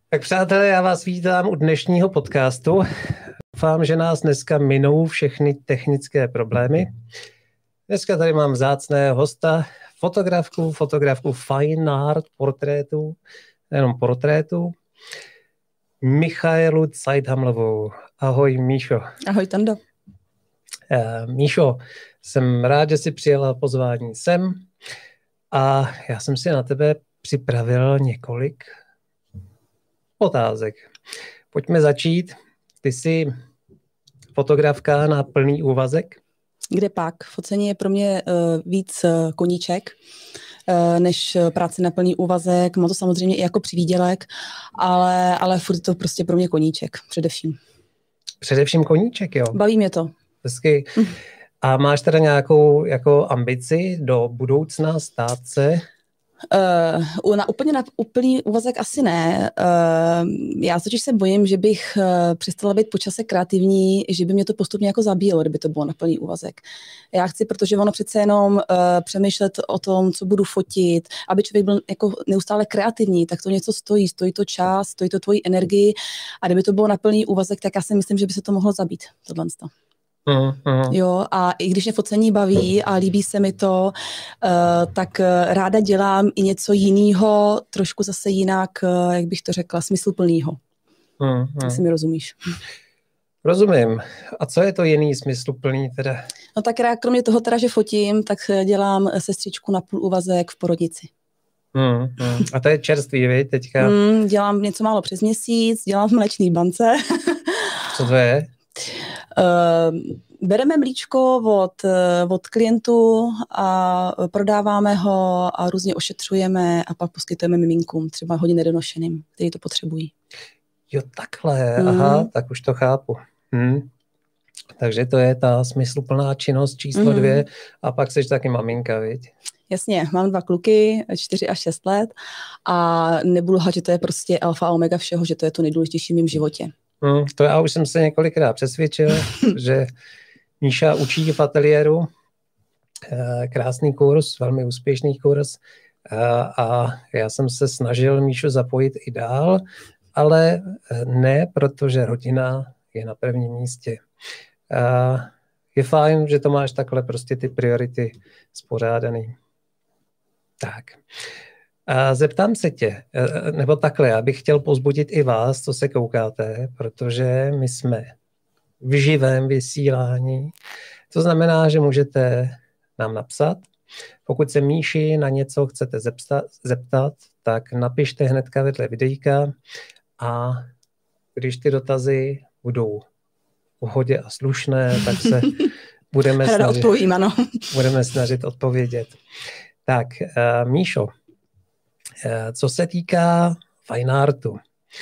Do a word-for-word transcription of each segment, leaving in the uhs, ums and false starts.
Tak přátelé, já vás vítám u dnešního podcastu. Doufám, že nás dneska minou všechny technické problémy. Dneska tady mám vzácného hosta, fotografku, fotografku fine art, portrétu, nejenom portrétu, Michaelu Zeithamlovou. Ahoj, Míšo. Ahoj, Tando. Uh, Míšo, jsem rád, že jsi přijela pozvání sem a já jsem si na tebe připravil několik otázek. Pojďme začít. Ty jsi fotografka na plný úvazek? Kde pak? Focení je pro mě uh, víc uh, koníček uh, než práce na plný úvazek. Mám to samozřejmě i jako přivýdělek, ale, ale furt je to prostě pro mě koníček především. Především koníček, jo? Baví mě to. Hezky. A máš teda nějakou jako ambici do budoucna stát se? Uh, na úplně na úplný úvazek asi ne. Uh, já totiž se bojím, že bych uh, přestala být počase kreativní, že by mě to postupně jako zabíjelo, kdyby to bylo na plný úvazek. Já chci, protože ono přece jenom uh, přemýšlet o tom, co budu fotit, aby člověk byl jako neustále kreativní, tak to něco stojí, stojí to čas, stojí to tvoji energii a kdyby to bylo na plný úvazek, tak já si myslím, že by se to mohlo zabít, tohle. Uh, uh. Jo, a i když mě focení baví a líbí se mi to, uh, tak uh, ráda dělám i něco jiného, trošku zase jinak, uh, jak bych to řekla, smysluplnýho. Uh, uh. Jestli mi rozumíš. Rozumím. A co je to jiný smysluplný teda? No tak já kromě toho teda, že fotím, tak dělám sestřičku na půl úvazek v porodnici. Hmm, hmm. A to je čerstvý, vy, teďka? Mm, dělám něco málo přes měsíc, dělám v mléčné bance. Co to je? Uh, bereme mlíčko od, od klientů a prodáváme ho a různě ošetřujeme a pak poskytujeme miminkům, třeba hodně nedonošeným, kteří to potřebují. Jo, takhle, mm. Aha, tak už to chápu. Hm. Takže to je ta smysluplná činnost číslo mm. dvě a pak jsi taky maminka, viď? Jasně, mám dva kluky, čtyři až šest let a nebudu lhát, že to je prostě alfa a omega všeho, že to je to nejdůležitější v mém životě. Hmm, to já už jsem se několikrát přesvědčil, že Míša učí v ateliéru, krásný kurz, velmi úspěšný kurz a já jsem se snažil Míšu zapojit i dál, ale ne, protože rodina je na prvním místě. Je fajn, že to máš takhle prostě ty priority spořádaný. Tak. A zeptám se tě, nebo takhle, já bych chtěl povzbudit i vás, co se koukáte, protože my jsme v živém vysílání. To znamená, že můžete nám napsat. Pokud se Míši na něco chcete zeptat, zeptat, tak napište hnedka vedle videjka a když ty dotazy budou v pohodě a slušné, tak se budeme snažit, odpovím, ano. budeme snažit odpovědět. Tak, uh, Míšo, co se týká fine artu,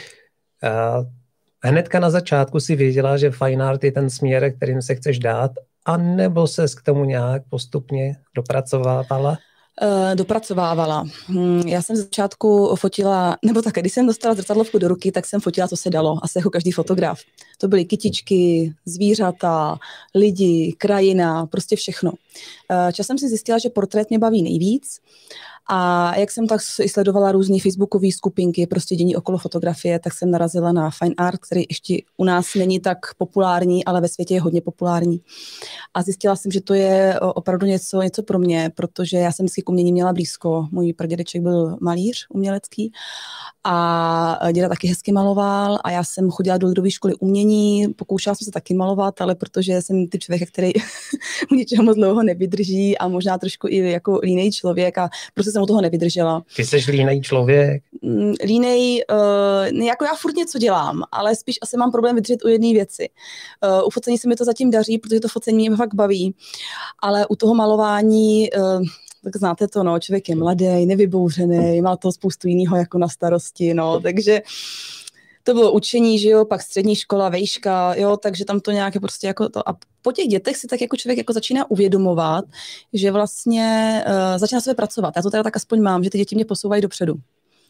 hnedka na začátku si věděla, že fine art je ten směr, kterým se chceš dát, anebo ses k tomu nějak postupně dopracovávala? Dopracovávala. Já jsem z začátku fotila, nebo tak, když jsem dostala zrcadlovku do ruky, tak jsem fotila, co se dalo, asi jako každý fotograf. To byly kytičky, zvířata, lidi, krajina, prostě všechno. Časem jsem zjistila, že portrét mě baví nejvíc. A jak jsem tak sledovala různé facebookové skupinky, prostě dění okolo fotografie, tak jsem narazila na fine art, který ještě u nás není tak populární, ale ve světě je hodně populární. A zjistila jsem, že to je opravdu něco, něco pro mě, protože já jsem vždycky k umění měla blízko. Můj pradědeček byl malíř umělecký a děda taky hezky maloval a já jsem chodila do lidové školy umění, pokoušela jsem se taky malovat, ale protože jsem typ člověka, který u něčeho moc dlouho nevydrží a možná trošku i jako línej člověk a prostě jsem u toho nevydržela. Ty jsi línej člověk? Línej, uh, jako já furt něco dělám, ale spíš asi mám problém vydržet u jedné věci. Uh, u focení se mi to zatím daří, protože to focení mě fakt baví, ale u toho malování, uh, tak znáte to, no, člověk je mladý, nevybouřený, má toho spoustu jiného jako na starosti, no, takže to bylo učení, že jo, pak střední škola, vejška, jo, takže tam to nějaké prostě jako to. A po těch dětech si tak jako člověk jako začíná uvědomovat, že vlastně uh, začíná sebe pracovat. Já to teda tak aspoň mám, že ty děti mě posouvají dopředu.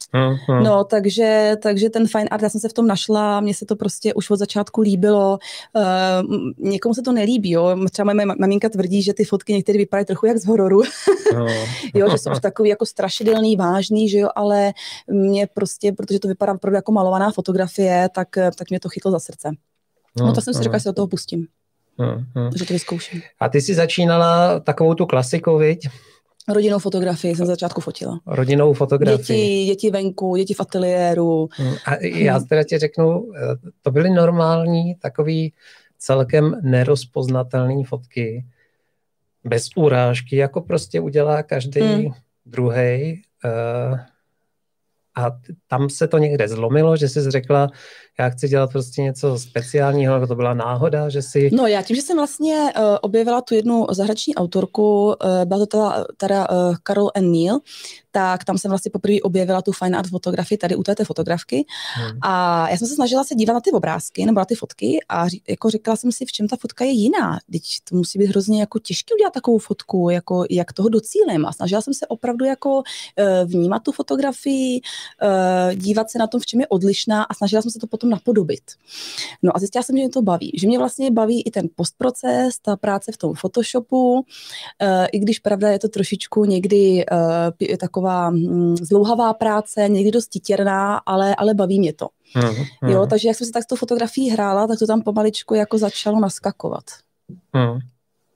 Hmm, hmm. No, takže, takže ten fine art, já jsem se v tom našla, mně se to prostě už od začátku líbilo. Uh, někomu se to nelíbí, jo. Třeba moje maminka tvrdí, že ty fotky některé vypadají trochu jak z hororu. No. Jo, že jsou už takový jako strašidelný, vážný, že jo, ale mě prostě, protože to vypadá opravdu jako malovaná fotografie, tak, tak mě to chytlo za srdce. No, no tak jsem si řekla, že se do toho pustím. Hmm, hmm. Takže to vyzkouším. A ty jsi začínala takovou tu klasiku, viď? Rodinnou fotografii jsem za začátku fotila. Rodinnou fotografii. Děti, děti venku, děti v ateliéru. A já teda ti řeknu, to byly normální, takový celkem nerozpoznatelný fotky, bez urážky, jako prostě udělá každý hmm. druhej. A tam se to někde zlomilo, že jsi řekla, já chci dělat prostě něco speciálního, to byla náhoda, že si... No já tím, že jsem vlastně uh, objevila tu jednu zahraniční autorku, uh, byla to teda, teda uh, Carol Ann Neal, tak tam jsem vlastně poprvé objevila tu fine art fotografii tady u této fotografky. Hmm. A já jsem se snažila se dívat na ty obrázky nebo na ty fotky a ří, jako říkala jsem si, v čem ta fotka je jiná. Teď to musí být hrozně jako těžké udělat takovou fotku, jako jak toho docílím. A snažila jsem se opravdu jako uh, vnímat tu fotografii, uh, dívat se na tom, v čem je odlišná a snažila jsem se to potom napodobit. No a zjistila jsem, že mě to baví. Že mě vlastně baví i ten postproces, ta práce v tom Photoshopu, uh, i když pravda je to trošičku někdy uh, taková zdlouhavá práce, někdy dost titěrná, ale, ale baví mě to. Mm, mm. Jo, takže jak jsem se tak s tou fotografií hrála, tak to tam pomaličku jako začalo naskakovat. Mm. Uh,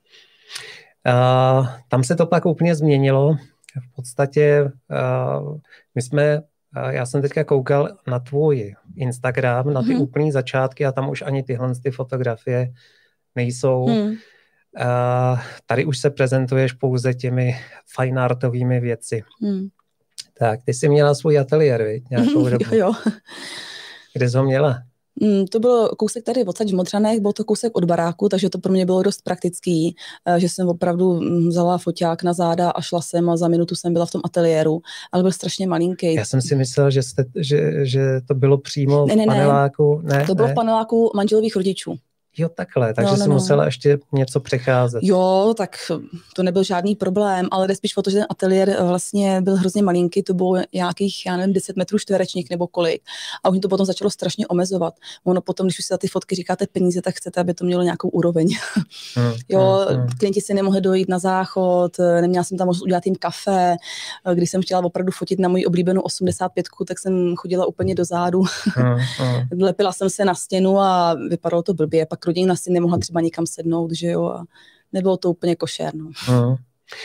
tam se to pak úplně změnilo. V podstatě uh, my jsme, uh, já jsem teďka koukal na tvůj Instagram, na ty mm. úplný začátky a tam už ani tyhle ty fotografie nejsou. Mm. Uh, tady už se prezentuješ pouze těmi fine artovými věci. Hmm. Tak, ty jsi měla svůj ateliér, viď? Nějakou dobu. jo, jo. Kde jsi ho měla? Mm, to byl kousek tady odsaď v Modřanech, byl to kousek od baráku, takže to pro mě bylo dost praktický, že jsem opravdu vzala foťák na záda a šla jsem a za minutu jsem byla v tom ateliéru, ale byl strašně malinký. Já jsem si myslel, že, jste, že, že to bylo přímo ne, ne, v paneláku. Ne, to bylo ne? v paneláku manželových rodičů. Jo, takhle, takže no, no, jsi no. musela ještě něco přecházet. Jo, tak to nebyl žádný problém, ale jde spíš o to, že ten ateliér vlastně byl hrozně malinký, to bylo nějakých, já nevím, deset metrů čtverečních nebo kolik. A už to potom začalo strašně omezovat. Ono potom, když už si za ty fotky říkáte peníze, tak chcete, aby to mělo nějakou úroveň. Hmm, jo, hmm, hmm. Klienti si nemohli dojít na záchod, neměla jsem tam možnost udělat jim kafe. Když jsem chtěla opravdu fotit na moji oblíbenou osmdesát pět, tak jsem chodila úplně do zádu. Hmm, hmm. Lepila jsem se na stěnu a vypadalo to blbě. Pak rodina si nemohla třeba nikam sednout, že jo, a nebylo to úplně košer, no. Hmm.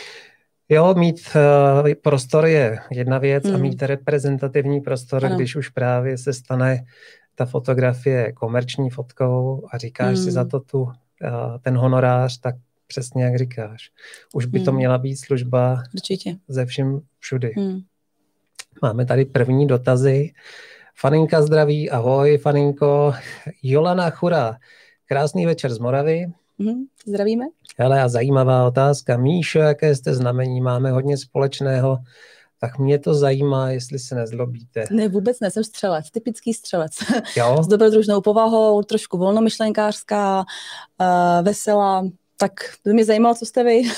Jo, mít uh, prostor je jedna věc hmm. a mít reprezentativní prostor, ano. Když už právě se stane ta fotografie komerční fotkou a říkáš hmm. si za to tu, uh, ten honorář, tak přesně jak říkáš. Už by hmm. to měla být služba Určitě. Ze všem všudy. Hmm. Máme tady první dotazy. Faninka zdraví, ahoj, Faninko. Jolana Chura. Krásný večer z Moravy. Mm, zdravíme. Hele, a zajímavá otázka. Míšo, jaké jste znamení? Máme hodně společného. Tak mě to zajímá, jestli se nezlobíte. Ne, vůbec ne, jsem střelec, typický střelec. Jo? S dobrodružnou povahou, trošku volnomyšlenkářská, uh, veselá. Tak by mě zajímalo, co jste vy.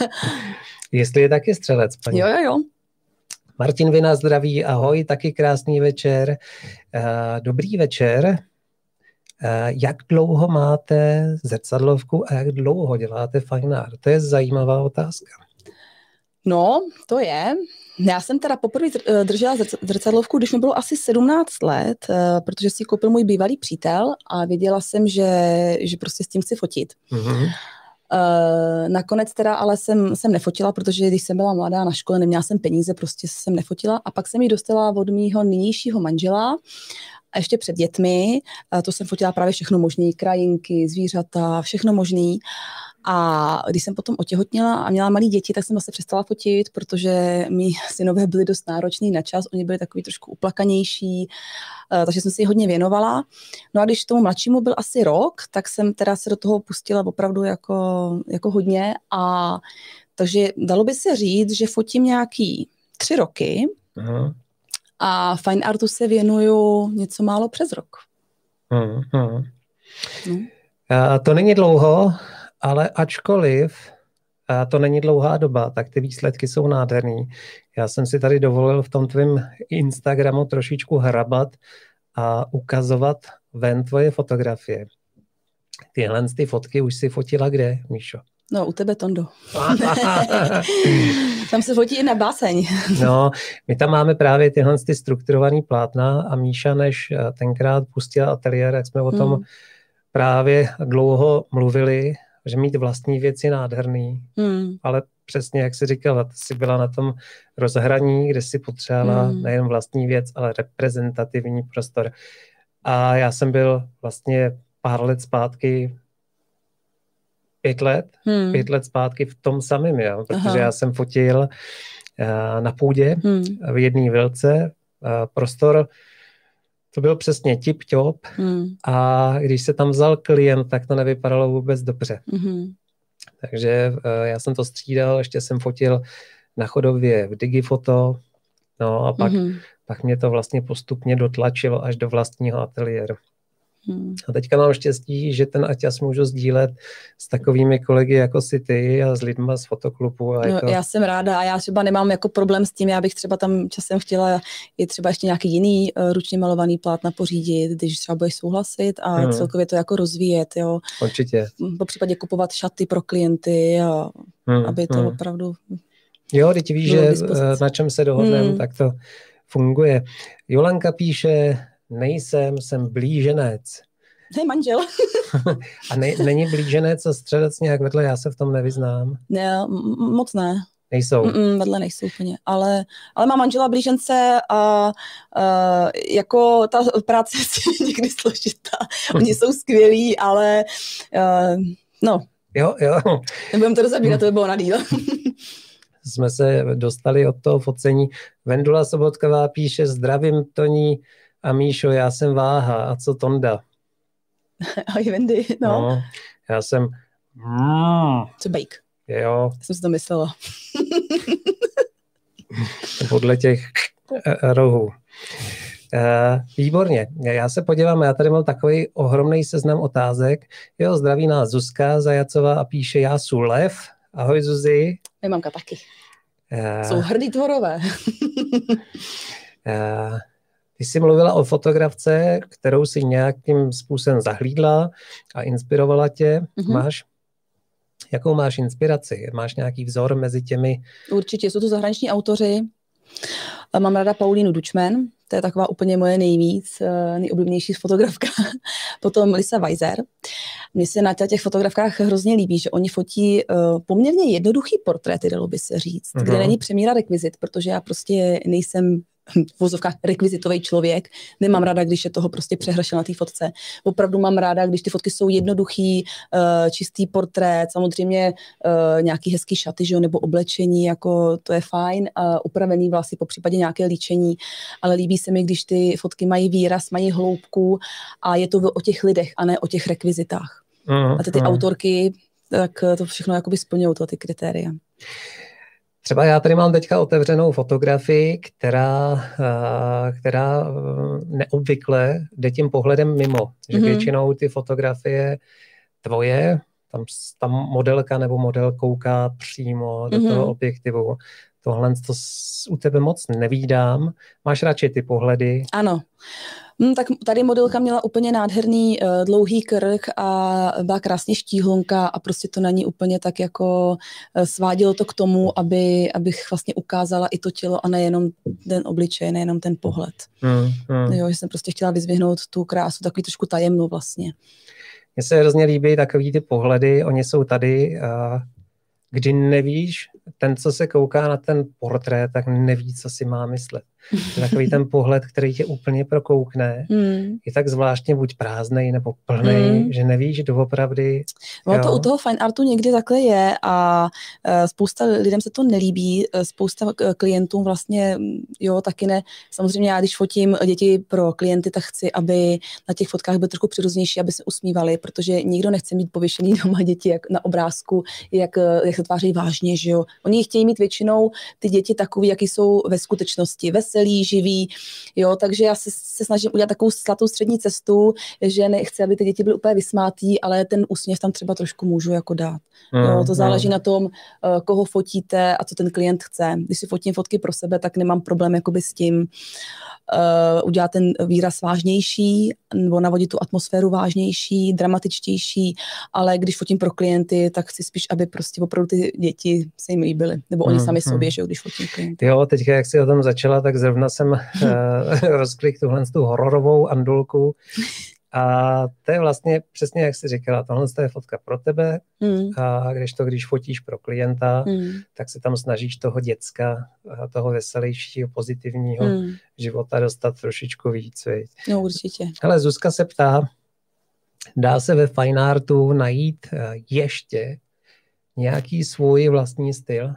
Jestli je taky střelec, paní. Jo, jo, jo. Martin Vina zdraví, ahoj, taky krásný večer. Uh, dobrý večer. Jak dlouho máte zrcadlovku a jak dlouho děláte fine art? To je zajímavá otázka. No, to je. Já jsem teda poprvé držela zrcadlovku, když mi bylo asi sedmnáct let, protože si ji koupil můj bývalý přítel a věděla jsem, že, že prostě s tím chci fotit. Mm-hmm. Uh, nakonec teda ale jsem, jsem nefotila, protože když jsem byla mladá na škole, neměla jsem peníze, prostě jsem nefotila a pak jsem ji dostala od mýho nynějšího manžela a ještě před dětmi, uh, to jsem fotila právě všechno možný, krajinky, zvířata, všechno možný. A když jsem potom otěhotněla a měla malé děti, tak jsem zase přestala fotit, protože mý synové byli dost nároční na čas, oni byli takový trošku uplakanější, takže jsem si ji hodně věnovala. No a když tomu mladšímu byl asi rok, tak jsem teda se do toho pustila opravdu jako, jako hodně. A takže dalo by se říct, že fotím nějaký tři roky uh-huh. a fine artu se věnuju něco málo přes rok. Uh-huh. No. A to není dlouho, ale ačkoliv a to není dlouhá doba, tak ty výsledky jsou nádherný. Já jsem si tady dovolil v tom tvém Instagramu trošičku hrabat a ukazovat ven tvoje fotografie. Tyhle ty fotky už si fotila kde, Míšo? No, u tebe, Tondo. Tam se fotí i na báseň. No, my tam máme právě tyhle ty strukturovaný plátna a Míša, než tenkrát pustila ateliér, jak jsme o tom hmm. právě dlouho mluvili, že mít vlastní věc je nádherný, hmm. ale přesně, jak jsi říkala, ty jsi byla na tom rozhraní, kde si potřebovala hmm. nejen vlastní věc, ale reprezentativní prostor. A já jsem byl vlastně pár let zpátky, pět let, hmm. pět let zpátky v tom samém, jo, protože Aha. já jsem fotil uh, na půdě hmm. v jedné vilce, uh, prostor, to byl přesně tip-top hmm. a když se tam vzal klient, tak to nevypadalo vůbec dobře. Hmm. Takže uh, já jsem to střídal, ještě jsem fotil na chodově v Digifoto, no a pak, hmm. pak mě to vlastně postupně dotlačilo až do vlastního ateliéru. Hmm. A teďka mám štěstí, že ten aťas můžu sdílet s takovými kolegy jako si ty a s lidma z fotoklubu. A no, jako... Já jsem ráda a já třeba nemám jako problém s tím, já bych třeba tam časem chtěla i třeba ještě nějaký jiný uh, ručně malovaný plátna pořídit, když třeba budeš souhlasit a hmm. celkově to jako rozvíjet, jo. Určitě. Po případě kupovat šaty pro klienty a hmm. aby to hmm. opravdu... Jo, teď víš, že na čem se dohodneme, hmm. tak to funguje. Jolanka píše... Nejsem, jsem blíženec. To je manžel. A ne, není blíženec a střelec nějak vedle, já se v tom nevyznám. Ne, m- moc ne. Nejsou. Mm-mm, vedle nejsou úplně, ale, ale má manžela blížence a uh, jako ta práce je někdy složitá. Oni jsou skvělí, ale uh, no. Jo, jo. Nebudem to rozabírat, to by bylo na díl. Jsme se dostali od toho focení. Vendula Sobotková píše, zdravím Toní a Míšo, já jsem Váha. A co Tonda? Ahoj Vendy, no. no. Já jsem... Mm. Co bejk. Jo. Já jsem si to myslela. Podle těch rohů. Výborně. Já se podívám, já tady mám takový ohromný seznam otázek. Jo, zdraví nás Zuzka Zajacová a píše, já jsou Lev. Ahoj Zuzi. Moje mamka taky. Uh, Jsou hrdý tvorové. uh, Ty jsi mluvila o fotografce, kterou si nějakým způsobem zahlídla a inspirovala tě. Mm-hmm. Máš, jakou máš inspiraci? Máš nějaký vzor mezi těmi? Určitě, jsou to zahraniční autoři. Mám ráda Paulínu Dučman, to je taková úplně moje nejvíc, nejoblíbenější fotografka. Potom Lisa Weiser. Mně se na těch fotografkách hrozně líbí, že oni fotí poměrně jednoduchý portréty, dalo by se říct, mm-hmm. kde není přemíra rekvizit, protože já prostě nejsem v vozovkách rekvizitový člověk. Nemám ráda, když je toho prostě přehršel na té fotce. Opravdu mám ráda, když ty fotky jsou jednoduchý, uh, čistý portrét, samozřejmě uh, nějaký hezký šaty, že jo, nebo oblečení, jako to je fajn, uh, upravený vlasy, po případě nějaké líčení, ale líbí se mi, když ty fotky mají výraz, mají hloubku a je to o těch lidech a ne o těch rekvizitách. Uh, a ty, ty uh. autorky, tak to všechno jakoby splňují to, ty kritéria. Třeba já tady mám teďka otevřenou fotografii, která, která neobvykle jde tím pohledem mimo. Že mm-hmm. většinou ty fotografie tvoje, tam, tam modelka nebo model kouká přímo do mm-hmm. toho objektivu. Tohle to u tebe moc nevídám. Máš radši ty pohledy? Ano. Hmm, tak tady modelka měla úplně nádherný uh, dlouhý krk a byla krásně štíhlonka a prostě to na ní úplně tak jako uh, svádělo to k tomu, aby, abych vlastně ukázala i to tělo a nejenom ten obličej, nejenom ten pohled. Hmm, hmm. Jo, že jsem prostě chtěla vyzvihnout tu krásu, takový trošku tajemnou vlastně. Mně se hrozně líbí takový ty pohledy, oni jsou tady, uh, kdy nevíš, ten, co se kouká na ten portrét, tak neví, co si má myslet. Takový ten pohled, který tě úplně prokoukne, mm. je tak zvláštně buď prázdnej nebo plnej, mm. že nevíš doopravdy. No to u toho fine artu někdy takhle je a uh, spousta lidem se to nelíbí, spousta klientům vlastně, jo, taky ne. Samozřejmě já, když fotím děti pro klienty, tak chci, aby na těch fotkách byly trošku přirozenější, aby se usmívali, protože nikdo nechce mít pověšený doma děti jak na obrázku, jak, jak se tváří vážně, že jo. Oni chtějí mít většinou ty děti takový, jaký jsou ve skutečnosti, veselý, veselí, živí, jo, takže já se, se snažím udělat takovou zlatou střední cestu, že nechci, aby ty děti byly úplně vysmátý, ale ten úsměv tam třeba trošku můžu jako dát. Jo, to záleží na tom, koho fotíte a co ten klient chce. Když si fotím fotky pro sebe, tak nemám problém jakoby s tím uh, udělat ten výraz vážnější nebo navodit tu atmosféru vážnější, dramatičtější, ale když fotím pro klienty, tak chci spíš, aby prostě opravdu ty děti se jim líbily, nebo oni sami hmm, sobě, že jo, když fotím klienty. Jo, teďka, jak jsi o tom začala, tak zrovna jsem uh, rozklik tuhle tu hororovou andulku. A to je vlastně přesně, jak jsi říkala, tohle je fotka pro tebe mm. a když to, když fotíš pro klienta, mm. tak se tam snažíš toho děcka, toho veselějšího, pozitivního mm. života dostat trošičku víc. Viď? No určitě. Ale Zuzka se ptá, dá se ve fine artu najít ještě nějaký svůj vlastní styl?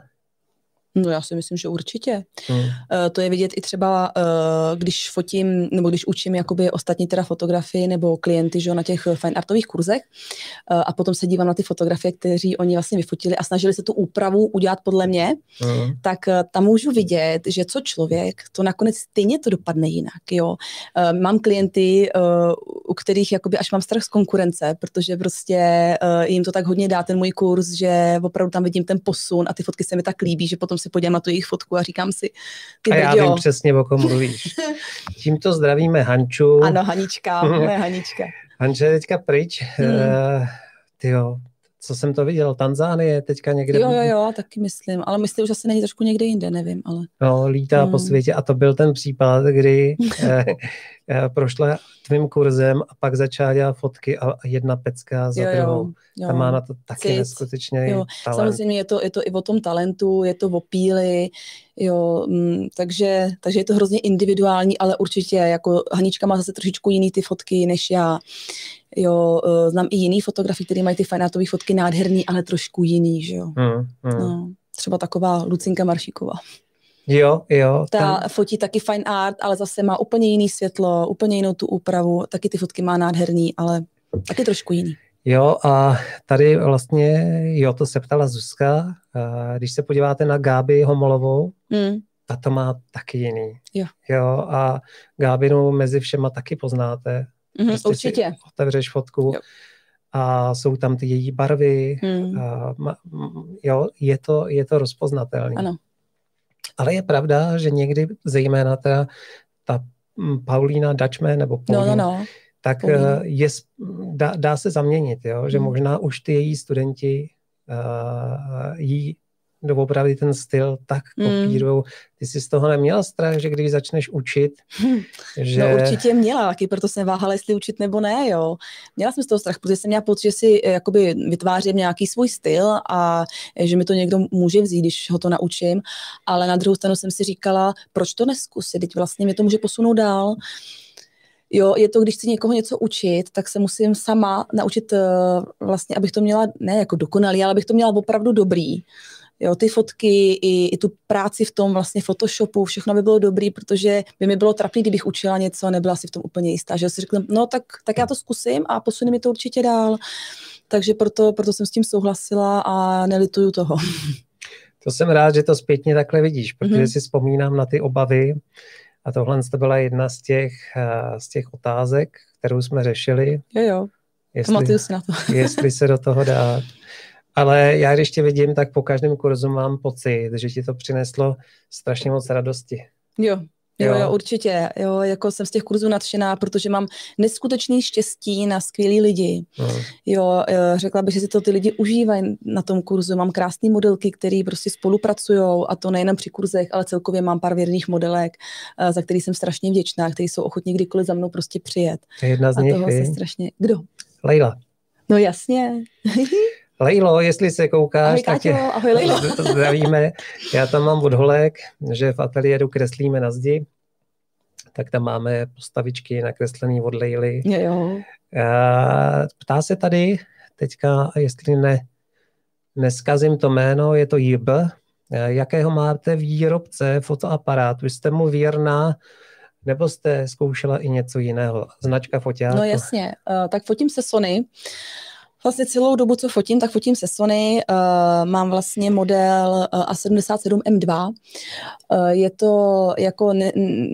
No já si myslím, že určitě. Hmm. Uh, to je vidět i třeba, uh, když fotím, nebo když učím jakoby ostatní teda fotografii nebo klienty, že, na těch fine artových kurzech uh, a potom se dívám na ty fotografie, kteří oni vlastně vyfotili a snažili se tu úpravu udělat podle mě, hmm. tak uh, tam můžu vidět, že co člověk, to nakonec stejně to dopadne jinak. Jo. Uh, mám klienty, uh, u kterých jakoby až mám strach z konkurence, protože prostě uh, jim to tak hodně dá ten můj kurz, že opravdu tam vidím ten posun a ty fotky se mi tak líbí, že potom si podívám na tu jejich fotku a říkám si, ty a já vím přesně, o kom mluvíš. Tímto zdravíme Hanču. Ano, Hanička, moje Hanička. Hanče je teďka pryč. Hmm. Uh, tyjo, co jsem to viděl, Tanzánie teďka někde. Jo, jo, jo, taky myslím, ale myslím, že asi není trošku někde jinde, nevím, ale. No, lítá hmm. po světě a to byl ten případ, kdy eh, eh, prošla tvým kurzem a pak začala dělat fotky a jedna pecka za jo, druhou. Jo, jo. Ta má na to taky Cít. neskutečný jo. talent. Samozřejmě je to, je to i o tom talentu, je to o píli, jo, m, takže, takže je to hrozně individuální, ale určitě jako Hanička má zase trošičku jiný ty fotky než já. Jo, znám i jiný fotografii, který mají ty fine artové fotky nádherný, ale trošku jiný, že jo. Hmm, hmm. No, třeba taková Lucinka Maršíková. Jo, jo. Ta tam fotí taky fine art, ale zase má úplně jiný světlo, úplně jinou tu úpravu, taky ty fotky má nádherný, ale taky trošku jiný. Jo, a tady vlastně, jo, to se ptala Zuzka, když se podíváte na Gábi Homolovou, mm. ta to má taky jiný. Jo. Jo, a Gábinu mezi všema taky poznáte. Mm, prostě určitě. Otevřeš fotku jo. a jsou tam ty její barvy. Mm. A, jo, je to, je to rozpoznatelné. Ano. Ale je pravda, že někdy zejména ta, ta Paulína Dutchman nebo Paulína, no, no, no. tak je, dá, dá se zaměnit, jo? Že mm. možná už ty její studenti uh, jí doopravdy ten styl tak kopírujou. Mm. Ty jsi z toho neměla strach, že když začneš učit, že... No určitě měla, taky proto jsem váhala, jestli učit nebo ne, jo. Měla jsem z toho strach, protože jsem měla pocit, že si jakoby vytvářím nějaký svůj styl a že mi to někdo může vzít, když ho to naučím, ale na druhou stranu jsem si říkala, proč to neskusit, teď vlastně mě to může posunout dál. Jo, je to, když chci někoho něco učit, tak se musím sama naučit vlastně, abych to měla, ne jako dokonalý, ale abych to měla opravdu dobrý. Jo, ty fotky i, i tu práci v tom vlastně Photoshopu, všechno by bylo dobrý, protože by mi bylo trapný, kdybych učila něco, nebyla si v tom úplně jistá. Že si řekla, no tak, tak já to zkusím a posune mi to určitě dál. Takže proto, proto jsem s tím souhlasila a nelituju toho. To jsem rád, že to zpětně takhle vidíš, protože mm-hmm. si vzpomínám na ty obavy a tohle to byla jedna z těch, z těch otázek, kterou jsme řešili. Jo, jo, pamatuju si na to. Jestli se do toho dá. Ale já když tě vidím, tak po každém kurzu mám pocit, že ti to přineslo strašně moc radosti. Jo, jo, jo, určitě. Jo, jako jsem z těch kurzů nadšená, protože mám neskutečný štěstí na skvělý lidi. Hmm. Jo, řekla bych, že si to ty lidi užívají na tom kurzu. Mám krásné modelky, které prostě spolupracujou a to nejen při kurzech, ale celkově mám pár věrných modelek, za který jsem strašně vděčná, kteří jsou ochotní kdykoliv za mnou prostě přijet. To je jedna z a nich. Toho se strašně... Kdo? Leila. No jasně. Lejlo, jestli se koukáš, ahoj, tak tě ahoj, Lejlo. zdravíme. Já tam mám od holek, že v ateliéru kreslíme na zdi, tak tam máme postavičky nakreslený od Lejly. Jo, jo. Ptá se tady teďka, jestli ne, neskazím to jméno, je to J B. Jakého máte výrobce fotoaparátu? Jste mu věrná, nebo jste zkoušela i něco jiného? Značka foťáku? No jasně, tak fotím se Sony. Vlastně celou dobu, co fotím, tak fotím se Sony. Uh, mám vlastně model uh, A sedmdesát sedm M dva. Uh, je to jako... Ne,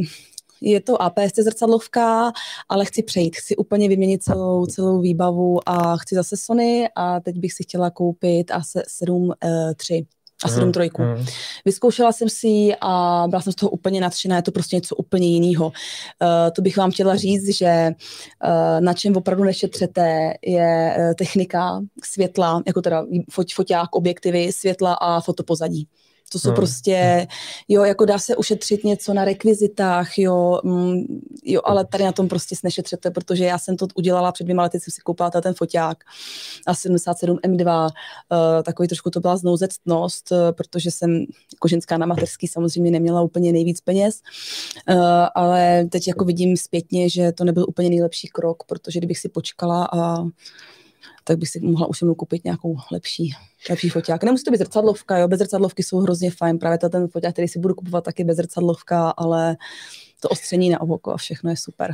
je to A P S C zrcadlovka, ale chci přejít, chci úplně vyměnit celou, celou výbavu a chci zase Sony a teď bych si chtěla koupit A sedm tři. A sedm trojku. Mm, mm. Vyzkoušela jsem si ji a byla jsem z toho úplně nadšená, je to prostě něco úplně jiného. Uh, to bych vám chtěla říct, že uh, na čem opravdu nešetřete je uh, technika, světla, jako teda fot, foťák, objektivy, světla a fotopozadí. To jsou hmm. prostě, jo, jako dá se ušetřit něco na rekvizitách, jo, mm, jo, ale tady na tom prostě nešetřete, protože já jsem to udělala před dvěma lety, jsem si koupila ten foťák A sedmdesát sedm M dva, uh, takový trošku to byla znouzectnost, uh, protože jsem jako ženská na mateřský samozřejmě neměla úplně nejvíc peněz, uh, ale teď jako vidím zpětně, že to nebyl úplně nejlepší krok, protože kdybych si počkala a tak bych si mohla už koupit nějakou lepší, lepší foťák. Nemusí to být zrcadlovka, jo, bez zrcadlovky jsou hrozně fajn, právě ten foťák, který si budu kupovat taky bez zrcadlovka, ale to ostření na oko a všechno je super.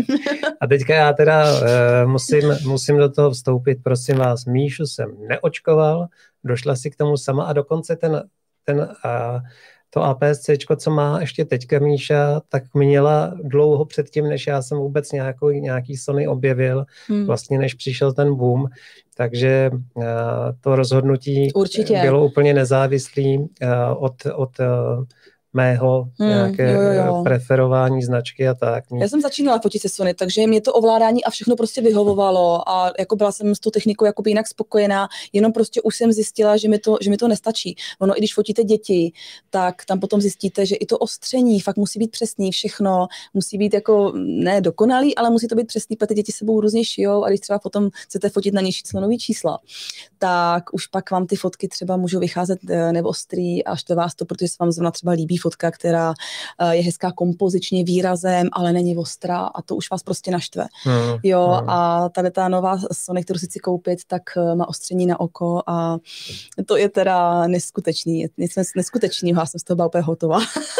A teďka já teda uh, musím, musím do toho vstoupit, prosím vás, Míšu jsem neočkoval, došla si k tomu sama a dokonce ten, ten uh, to A P S C, co má ještě teďka Míša, tak měla dlouho předtím, než já jsem vůbec nějakou, nějaký Sony objevil, hmm. vlastně než přišel ten boom, takže uh, to rozhodnutí Určitě. Bylo úplně nezávislý uh, od, od uh, mého hmm, nějaké jo, jo. preferování značky a tak. Já jsem začínala fotit se Sony, takže mě to ovládání a všechno prostě vyhovovalo a jako byla jsem s tou technikou jakoby jinak spokojená, jenom prostě už jsem zjistila, že mi to, že mi to nestačí. Ono, i když fotíte děti, tak tam potom zjistíte, že i to ostření fakt musí být přesný, všechno musí být jako ne dokonalý, ale musí to být přesný, protože ty děti sebou různě šijou a když třeba potom chcete fotit na nižší cenový čísla, tak už pak vám ty fotky třeba můžou vycházet neostrý a štve vás to, protože se vám zrovna třeba líbí fotka, která je hezká kompozičně výrazem, ale není ostrá a to už vás prostě naštve. Mm, jo, mm. A tady ta nová Sony, kterou si chci koupit, tak má ostření na oko a to je teda neskutečný. Něco neskutečného, já jsem z toho byla úplně hotová.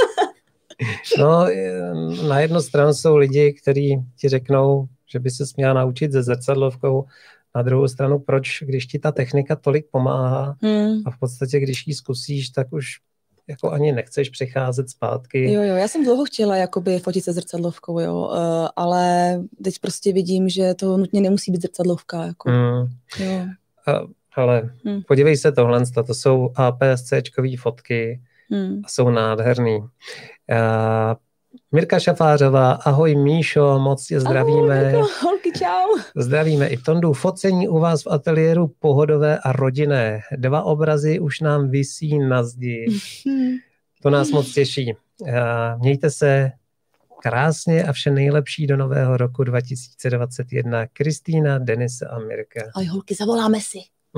No, na jednu stranu jsou lidi, kteří ti řeknou, že by se měla naučit se zrcadlovkou, na druhou stranu, proč, když ti ta technika tolik pomáhá mm. a v podstatě, když ji zkusíš, tak už jako ani nechceš přecházet zpátky. Jo, jo, já jsem dlouho chtěla jakoby fotit se zrcadlovkou, jo, uh, ale teď prostě vidím, že to nutně nemusí být zrcadlovka, jako. Mm. Jo. A, ale mm. podívej se tohle, to jsou A P S C-čkový fotky mm. a jsou nádherný. Uh, Mirka Šafářová, ahoj Míšo, moc tě zdravíme. Ahoj, Mirko, holky, čau. Zdravíme i Tondu. Focení u vás v ateliéru pohodové a rodinné. Dva obrazy už nám visí na zdi. To nás moc těší. Mějte se krásně a vše nejlepší do nového roku dva tisíce dvacet jedna. Kristýna, Denise a Mirka. Ahoj holky, zavoláme si.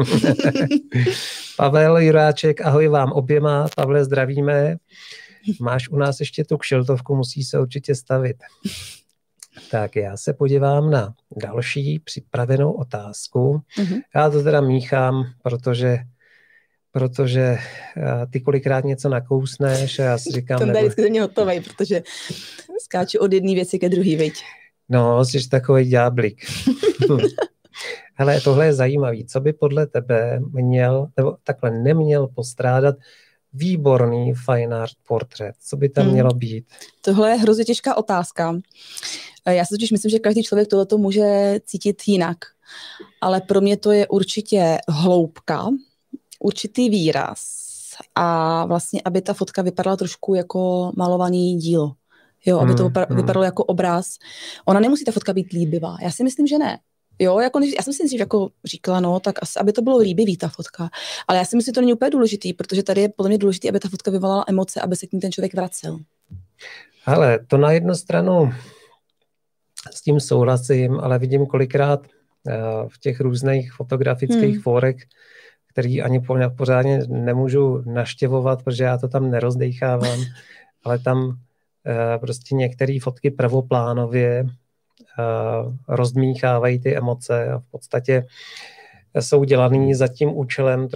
Pavel Juráček, ahoj vám oběma. Pavle, zdravíme. Máš u nás ještě tu kšiltovku, musí se určitě stavit. Tak já se podívám na další připravenou otázku. Mm-hmm. Já to teda míchám, protože, protože ty kolikrát něco nakousneš a já si říkám... Ten tady vždycky ze mě hotovej, protože skáču od jedné věci ke druhý, viď? No, jsi takový ďáblik. Hele, tohle je zajímavý. Co by podle tebe měl, nebo takhle neměl postrádat výborný fine art portrét? Co by tam hmm. mělo být? Tohle je hrozně těžká otázka. Já si totiž myslím, že každý člověk tohleto může cítit jinak. Ale pro mě to je určitě hloubka, určitý výraz a vlastně, aby ta fotka vypadala trošku jako malovaný dílo. Jo, aby to hmm. vypadalo jako obraz. Ona nemusí ta fotka být líbivá. Já si myslím, že ne. Jo, jako, já jsem si dřív jako říkala, no, tak asi, aby to bylo líbivý, ta fotka. Ale já si myslím, že to není úplně důležitý, protože tady je podle mě důležitý, aby ta fotka vyvolala emoce, aby se k ní ten člověk vracel. Ale to na jednu stranu s tím souhlasím, ale vidím kolikrát uh, v těch různých fotografických hmm. fórech, který ani pořádně nemůžu naštěvovat, protože já to tam nerozdejchávám, ale tam uh, prostě některé fotky prvoplánově Uh, rozdmíchávají ty emoce a v podstatě jsou dělaný za tím účelem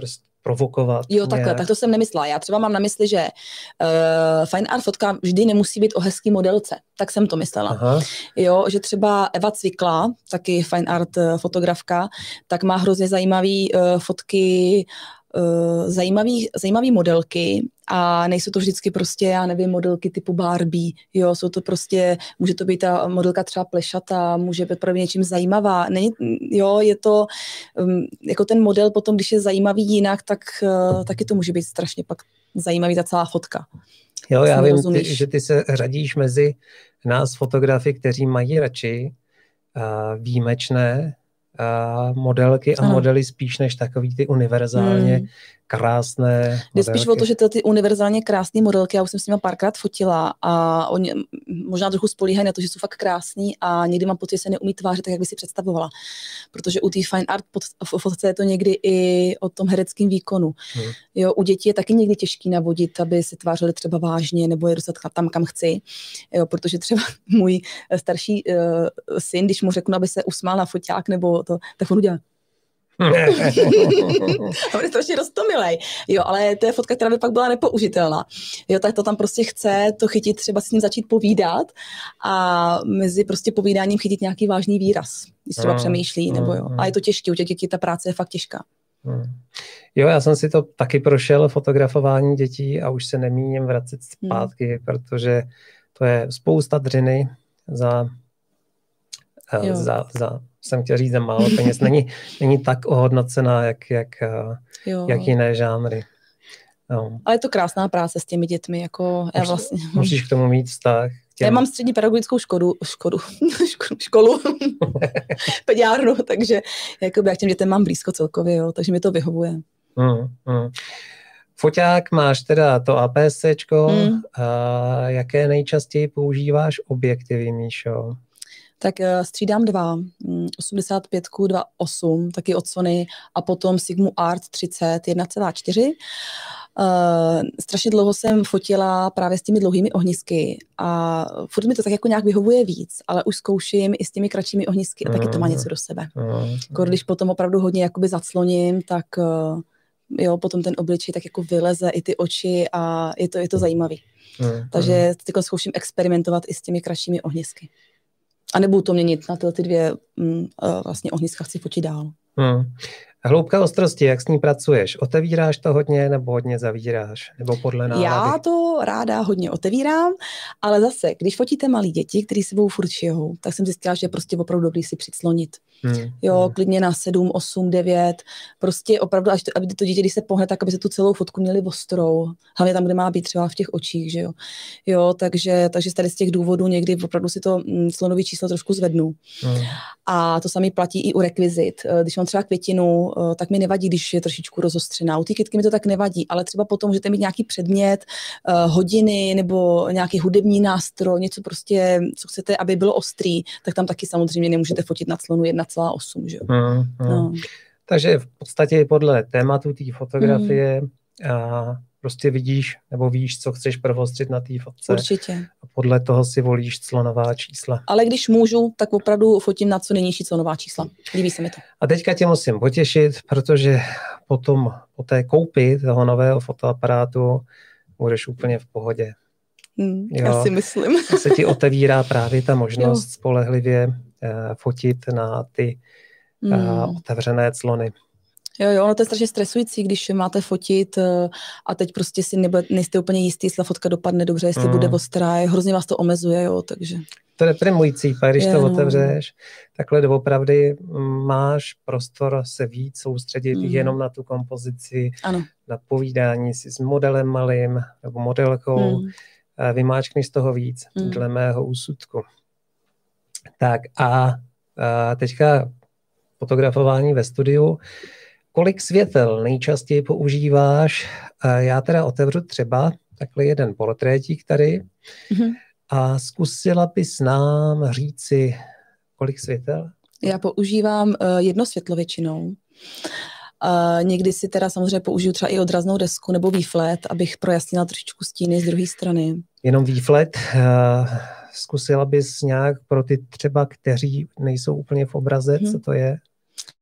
provokovat. Jo, takhle, nějak. tak to jsem nemyslela. Já třeba mám na mysli, že uh, fine art fotka vždy nemusí být o hezký modelce. Tak jsem to myslela. Aha. Jo, že třeba Eva Cvikla, taky fine art uh, fotografka, tak má hrozně zajímavý uh, fotky, uh, zajímavý, zajímavý modelky a nejsou to vždycky prostě, já nevím, modelky typu Barbie, jo, jsou to prostě, může to být ta modelka třeba plešatá, může být právě něčím zajímavá, není, jo, je to, um, jako ten model potom, když je zajímavý jinak, tak uh, taky to může být strašně pak zajímavý ta celá fotka. Jo, já vím, ty, že ty se řadíš mezi nás fotografy, kteří mají radši uh, výjimečné uh, modelky a ano. modely spíš než takový ty univerzálně hmm. krásné Jde spíš o to, že ty, ty univerzálně krásné modelky, já už jsem s nimi párkrát fotila a oni možná trochu spolíhají na to, že jsou fakt krásní a někdy mám pocit, že se neumí tvářit tak, jak by si představovala. Protože u té fine art fotce je to někdy i o tom hereckém výkonu. Hmm. Jo, u dětí je taky někdy těžký navodit, aby se tvářili třeba vážně nebo je dostat tam, kam chci. Jo, protože třeba můj starší uh, syn, když mu řeknu, aby se usmál na foťák nebo to, tak on udělá. On je strašně roztomilej. Jo, ale to je fotka, která by pak byla nepoužitelná. Jo, tak to tam prostě chce to chytit, třeba s ním začít povídat a mezi prostě povídáním chytit nějaký vážný výraz, když třeba mm, přemýšlí, nebo jo. A je to těžké, u těch dětí ta práce je fakt těžká. Mm. Jo, já jsem si to taky prošel, fotografování dětí a už se nemíním vracet zpátky, mm. protože to je spousta dřiny za, za, za jsem chtěl říct za málo peněz, není, není tak ohodnocená, jak, jak, jak jiné žánry. No. Ale je to krásná práce s těmi dětmi. Jako já vlastně... Musíš k tomu mít vztah. Těm... Já mám střední pedagogickou škodu, škodu, školu, pediárnu, takže jakoby, já k těm dětem mám blízko celkově, jo, takže mi to vyhovuje. Mm, mm. Foťák máš teda to APS-céčko, mm. a jaké nejčastěji používáš objektivy, Míšo? Tak střídám dva, osmdesát pět dva osm, taky od Sony a potom Sigma Art třicet jedna celá čtyři. Uh, strašně dlouho jsem fotila právě s těmi dlouhými ohnisky a furt mi to tak jako nějak vyhovuje víc, ale už zkouším i s těmi kratšími ohnisky a taky to má něco do sebe. Uh, Když potom opravdu hodně jakoby zacloním, tak uh, jo, potom ten obličej tak jako vyleze i ty oči a je to, je to zajímavý. Uh, Takže teď zkouším experimentovat i s těmi kratšími ohnisky. A nebudu to měnit na ty, ty dvě mm, vlastně ohniska, chci fotit dál. Hmm. Hloubka ostrosti, jak s ní pracuješ? Otevíráš to hodně nebo hodně zavíráš? Nebo podle nálady? Já to ráda hodně otevírám, ale zase, když fotíte malí děti, kteří sebou furt šijou, tak jsem zjistila, že je prostě opravdu dobrý si přiclonit. Hmm. Jo, hmm. klidně na sedm, osm, devět, prostě opravdu, až to, aby to dítě, když se pohne, tak aby se tu celou fotku měli ostrou. Hlavně tam, kde má být třeba v těch očích, že jo. Jo, takže, takže tady z těch důvodů někdy opravdu si to mm, slonový číslo trošku zvednu. Hmm. A to samé platí i u rekvizit. Když mám třeba květinu, tak mi nevadí, když je trošičku rozostřená. U té kytky mi to tak nevadí, ale třeba potom můžete mít nějaký předmět, hodiny nebo nějaký hudební nástroj, něco prostě, co chcete, aby bylo ostrý, tak tam taky samozřejmě nemůžete fotit na clonu jedna celá osm, že jo. Hmm, hmm. No. Takže v podstatě podle tématu té fotografie hmm. a prostě vidíš nebo víš, co chceš prvostřit na té fotce. Určitě. A podle toho si volíš clonová čísla. Ale když můžu, tak opravdu fotím na co nejnižší clonová čísla. Líbí se mi to. A teďka tě musím potěšit, protože potom po té koupi toho nového fotoaparátu budeš úplně v pohodě. Hmm, já si myslím. Se ti otevírá právě ta možnost jo. spolehlivě uh, fotit na ty uh, hmm. otevřené clony. Jo, jo, ono to je strašně stresující, když máte fotit a teď prostě si nebude, nejste úplně jistý, jestli fotka dopadne dobře, jestli mm. bude ostrá, hrozně vás to omezuje, jo, takže. To je deprimující, pak když je, to otevřeš, no. takhle doopravdy máš prostor se víc soustředit mm. jenom na tu kompozici, ano. na povídání si s modelem malým nebo modelkou, mm. vymáčkneš z toho víc, mm. dle mého úsudku. Tak a, a teďka fotografování ve studiu. Kolik světel nejčastěji používáš? Já teda otevřu třeba takhle jeden portrétík tady mm-hmm. a zkusila bys nám říci, kolik světel? Já používám uh, jedno světlo většinou. Uh, někdy si teda samozřejmě použiju třeba i odraznou desku nebo výflet, abych projasnila trošičku stíny z druhé strany. Jenom výflet? Uh, zkusila bys nějak pro ty třeba, kteří nejsou úplně v obraze, mm-hmm. co to je?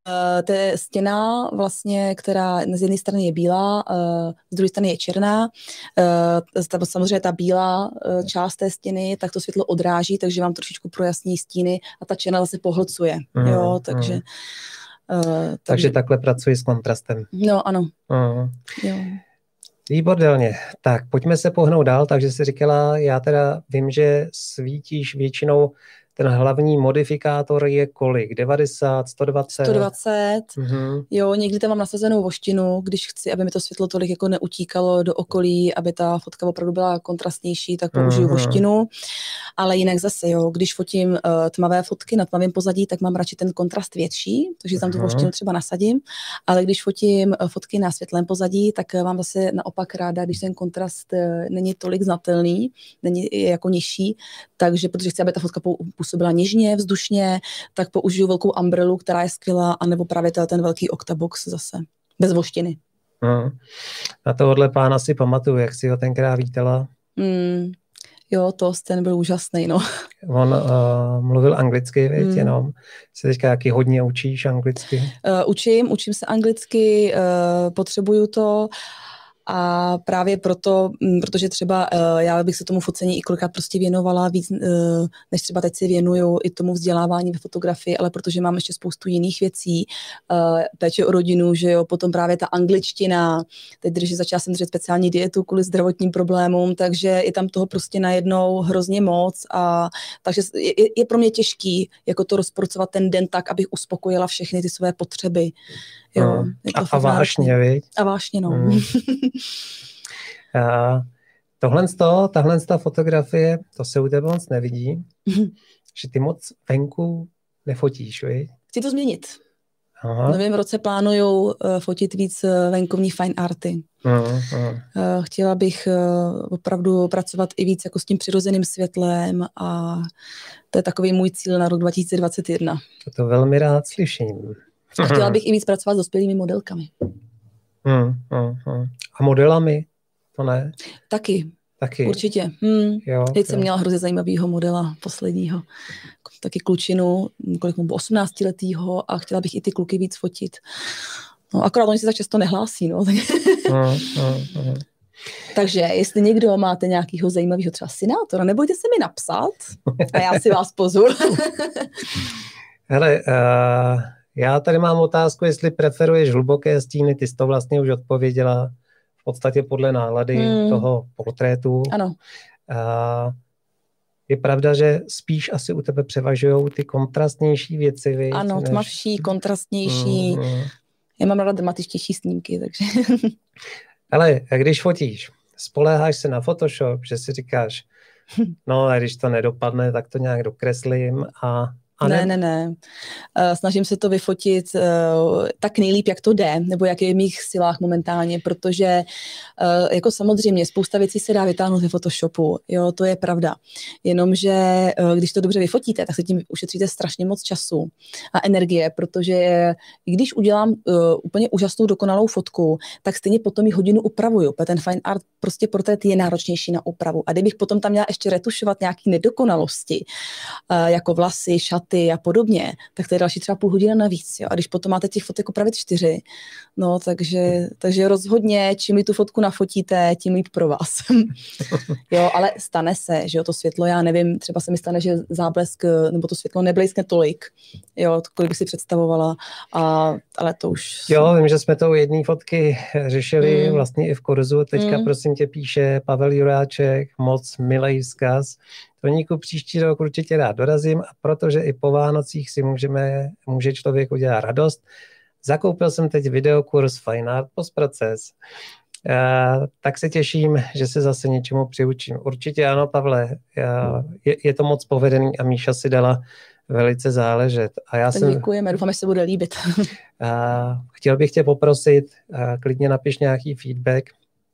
To je stěna vlastně, která z jedné strany je bílá, z druhé strany je černá. Samozřejmě ta bílá část té stěny, tak to světlo odráží, takže vám trošičku projasní stíny a ta černá zase pohlcuje. Mm, jo, takže, mm. takže... takže takhle pracuji s kontrastem. No, ano. Mm. Jo. Výborně. Tak, pojďme se pohnout dál. Takže jsi říkala, já teda vím, že svítíš většinou. Ten hlavní modifikátor je kolik? devadesát, sto dvacet? sto dvacet, mm-hmm. Jo, někdy tam mám nasazenou voštinu, když chci, aby mi to světlo tolik jako neutíkalo do okolí, aby ta fotka opravdu byla kontrastnější, tak použiju mm-hmm. voštinu. Ale jinak zase, jo, když fotím uh, tmavé fotky na tmavém pozadí, tak mám radši ten kontrast větší, takže tam tu voštinu třeba nasadím. Ale když fotím uh, fotky na světlém pozadí, tak uh, mám zase naopak ráda, když ten kontrast uh, není tolik znatelný, není jako nižší, takže protože chci, aby ta fotka působila něžně, vzdušně, tak použiju velkou umbrelu, která je skvělá, anebo právě ten velký octabox zase, bez voštiny. Hmm. Na tohohle pána si pamatuju, jak si ho tenkrát vítala. Mm. Jo, to ten byl úžasný, no. On uh, mluvil anglicky, věď, mm. jenom se teďka jaký hodně učíš anglicky? Uh, učím, učím se anglicky, uh, potřebuju to. A právě proto, protože třeba já bych se tomu focení i kolikrát prostě věnovala víc, než třeba teď si věnuju i tomu vzdělávání ve fotografii, ale protože mám ještě spoustu jiných věcí, péče o rodinu, že jo, potom právě ta angličtina, teď když začala jsem držet speciální dietu kvůli zdravotním problémům, takže je tam toho prostě najednou hrozně moc a takže je, je pro mě těžký jako to rozporcovat ten den tak, abych uspokojila všechny ty své potřeby. Jo, hmm. a, a vážně, viď? A vážně, no. Hmm. a tohle z toho, tahle z ta fotografie, to se u tebe moc nevidí, že ty moc venku nefotíš, viď? Chci to změnit. Aha. V novém roce plánuju uh, fotit víc venkovní fine arty. Aha, aha. Uh, chtěla bych uh, opravdu pracovat i víc jako s tím přirozeným světlem a to je takový můj cíl na rok dva tisíce dvacet jedna. To, to velmi rád slyším. A chtěla bych i víc pracovat s dospělými modelkami. Hmm, hmm, hmm. A modelami? To ne? Taky. Taky. Určitě. Hmm. Jo, Teď jo. jsem měla hrozně zajímavého modela posledního. Taky klučinu, kolik mu bylo, osmnáctiletýho a chtěla bych i ty kluky víc fotit. No, akorát oni se tak často nehlásí. No. hmm, hmm, hmm. Takže jestli někdo máte nějakého zajímavého třeba synátora, nebojte se mi napsat a já si vás pozvu. Hele, uh... já tady mám otázku, jestli preferuješ hluboké stíny, ty jsi to vlastně už odpověděla v podstatě podle nálady hmm. toho portrétu. Ano. A je pravda, že spíš asi u tebe převažují ty kontrastnější věci, viď? Ano, než... tmavší, kontrastnější. Hmm. Já mám ráda dramatičtější snímky, takže... Ale když fotíš, spoléháš se na Photoshop, že si říkáš, no a když to nedopadne, tak to nějak dokreslím a A ne, ne, ne. Uh, snažím se to vyfotit uh, tak nejlíp, jak to jde, nebo jak je v mých silách momentálně, protože uh, jako samozřejmě spousta věcí se dá vytáhnout ve Photoshopu, jo, to je pravda. Jenomže uh, když to dobře vyfotíte, tak se tím ušetříte strašně moc času a energie, protože i když udělám uh, úplně úžasnou dokonalou fotku, tak stejně potom ji hodinu upravuju, protože ten fine art, prostě portrét je náročnější na úpravu. A kdybych potom tam měla ještě retušovat nějaké nedokonalosti, uh, jako vlasy, šaty, a podobně, tak to je další třeba půl hodina navíc. Jo? A když potom máte těch fotek opravit čtyři, no takže, takže rozhodně, čím mi tu fotku nafotíte, tím líp pro vás. Jo, ale stane se, že jo, to světlo, já nevím, třeba se mi stane, že záblesk, nebo to světlo neblejskne tolik, jo, kolik bych si představovala, a, ale to už... Jo, vím, že jsme to u jedné fotky řešili mm. vlastně i v kurzu. Teďka mm. prosím tě píše Pavel Juráček, moc milý vzkaz. Toníku, příští rok určitě rád dorazím, a protože i po Vánocích si můžeme, může člověk udělat radost. Zakoupil jsem teď videokurs Fine Art Postproces. Uh, tak se těším, že se zase něčemu přiučím. Určitě ano, Pavle, já, je, je to moc povedený a Míša si dala velice záležet. A já tak jsem, děkujeme, doufám, že se bude líbit. uh, chtěl bych tě poprosit, uh, klidně napiš nějaký feedback,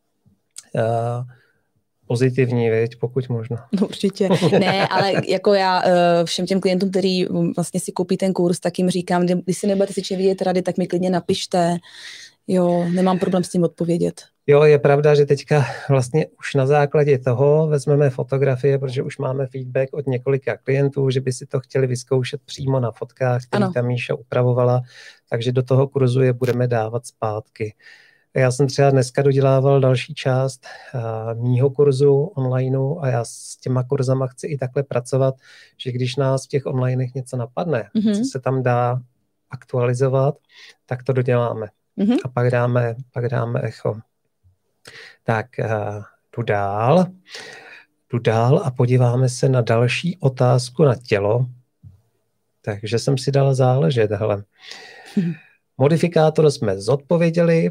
uh, pozitivní, věď, pokud možno. No, určitě. Ne, ale jako já všem těm klientům, který vlastně si koupí ten kurz, tak jim říkám, když si nebudete si vidět rady, tak mi klidně napište. Jo, nemám problém s tím odpovědět. Jo, je pravda, že teďka vlastně už na základě toho vezmeme fotografie, protože už máme feedback od několika klientů, že by si to chtěli vyzkoušet přímo na fotkách, který ano. tam Míša upravovala, takže do toho kurzu je budeme dávat zpátky. Já jsem třeba dneska dodělával další část uh, mýho kurzu onlineu a já s těma kurzama chci i takhle pracovat, že když nás v těch onlinech něco napadne, mm-hmm. co se tam dá aktualizovat, tak to doděláme. Mm-hmm. A pak dáme, pak dáme echo. Tak uh, jdu dál. Jdu dál a podíváme se na další otázku na tělo. Takže jsem si dal záležet. Hele. Modifikátor jsme zodpověděli.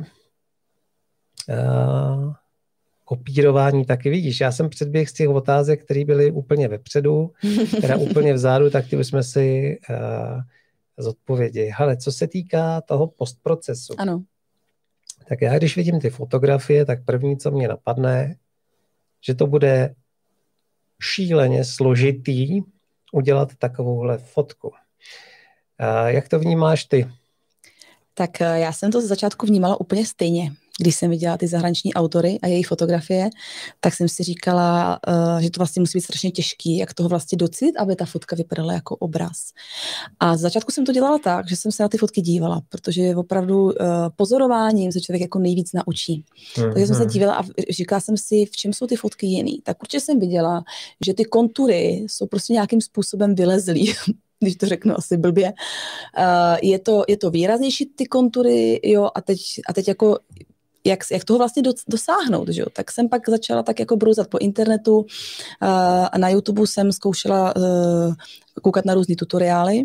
Uh, kopírování taky vidíš. Já jsem předběh z těch otázek, které byly úplně vepředu, teda úplně vzadu, tak ty už jsme si uh, zodpověděli. Hele, co se týká toho postprocesu. Ano. Tak já, když vidím ty fotografie, tak první, co mě napadne, že to bude šíleně složitý udělat takovouhle fotku. Uh, jak to vnímáš ty? Tak já jsem to z začátku vnímala úplně stejně. Když jsem viděla ty zahraniční autory a jejich fotografie, tak jsem si říkala, uh, že to vlastně musí být strašně těžký, jak toho vlastně docit, aby ta fotka vypadala jako obraz. A z začátku jsem to dělala tak, že jsem se na ty fotky dívala, protože opravdu uh, pozorováním se člověk jako nejvíc naučí. Mm-hmm. Takže jsem se dívala a říkala jsem si, v čem jsou ty fotky jiný. Tak určitě jsem viděla, že ty kontury jsou prostě nějakým způsobem vylezlý. Když to řeknu asi blbě. Uh, je, to, je to výraznější ty kontury, jo, a teď, a teď jako Jak, jak toho vlastně do, dosáhnout, že jo? Tak jsem pak začala tak jako brouzat po internetu uh, a na YouTube jsem zkoušela uh, koukat na různý tutoriály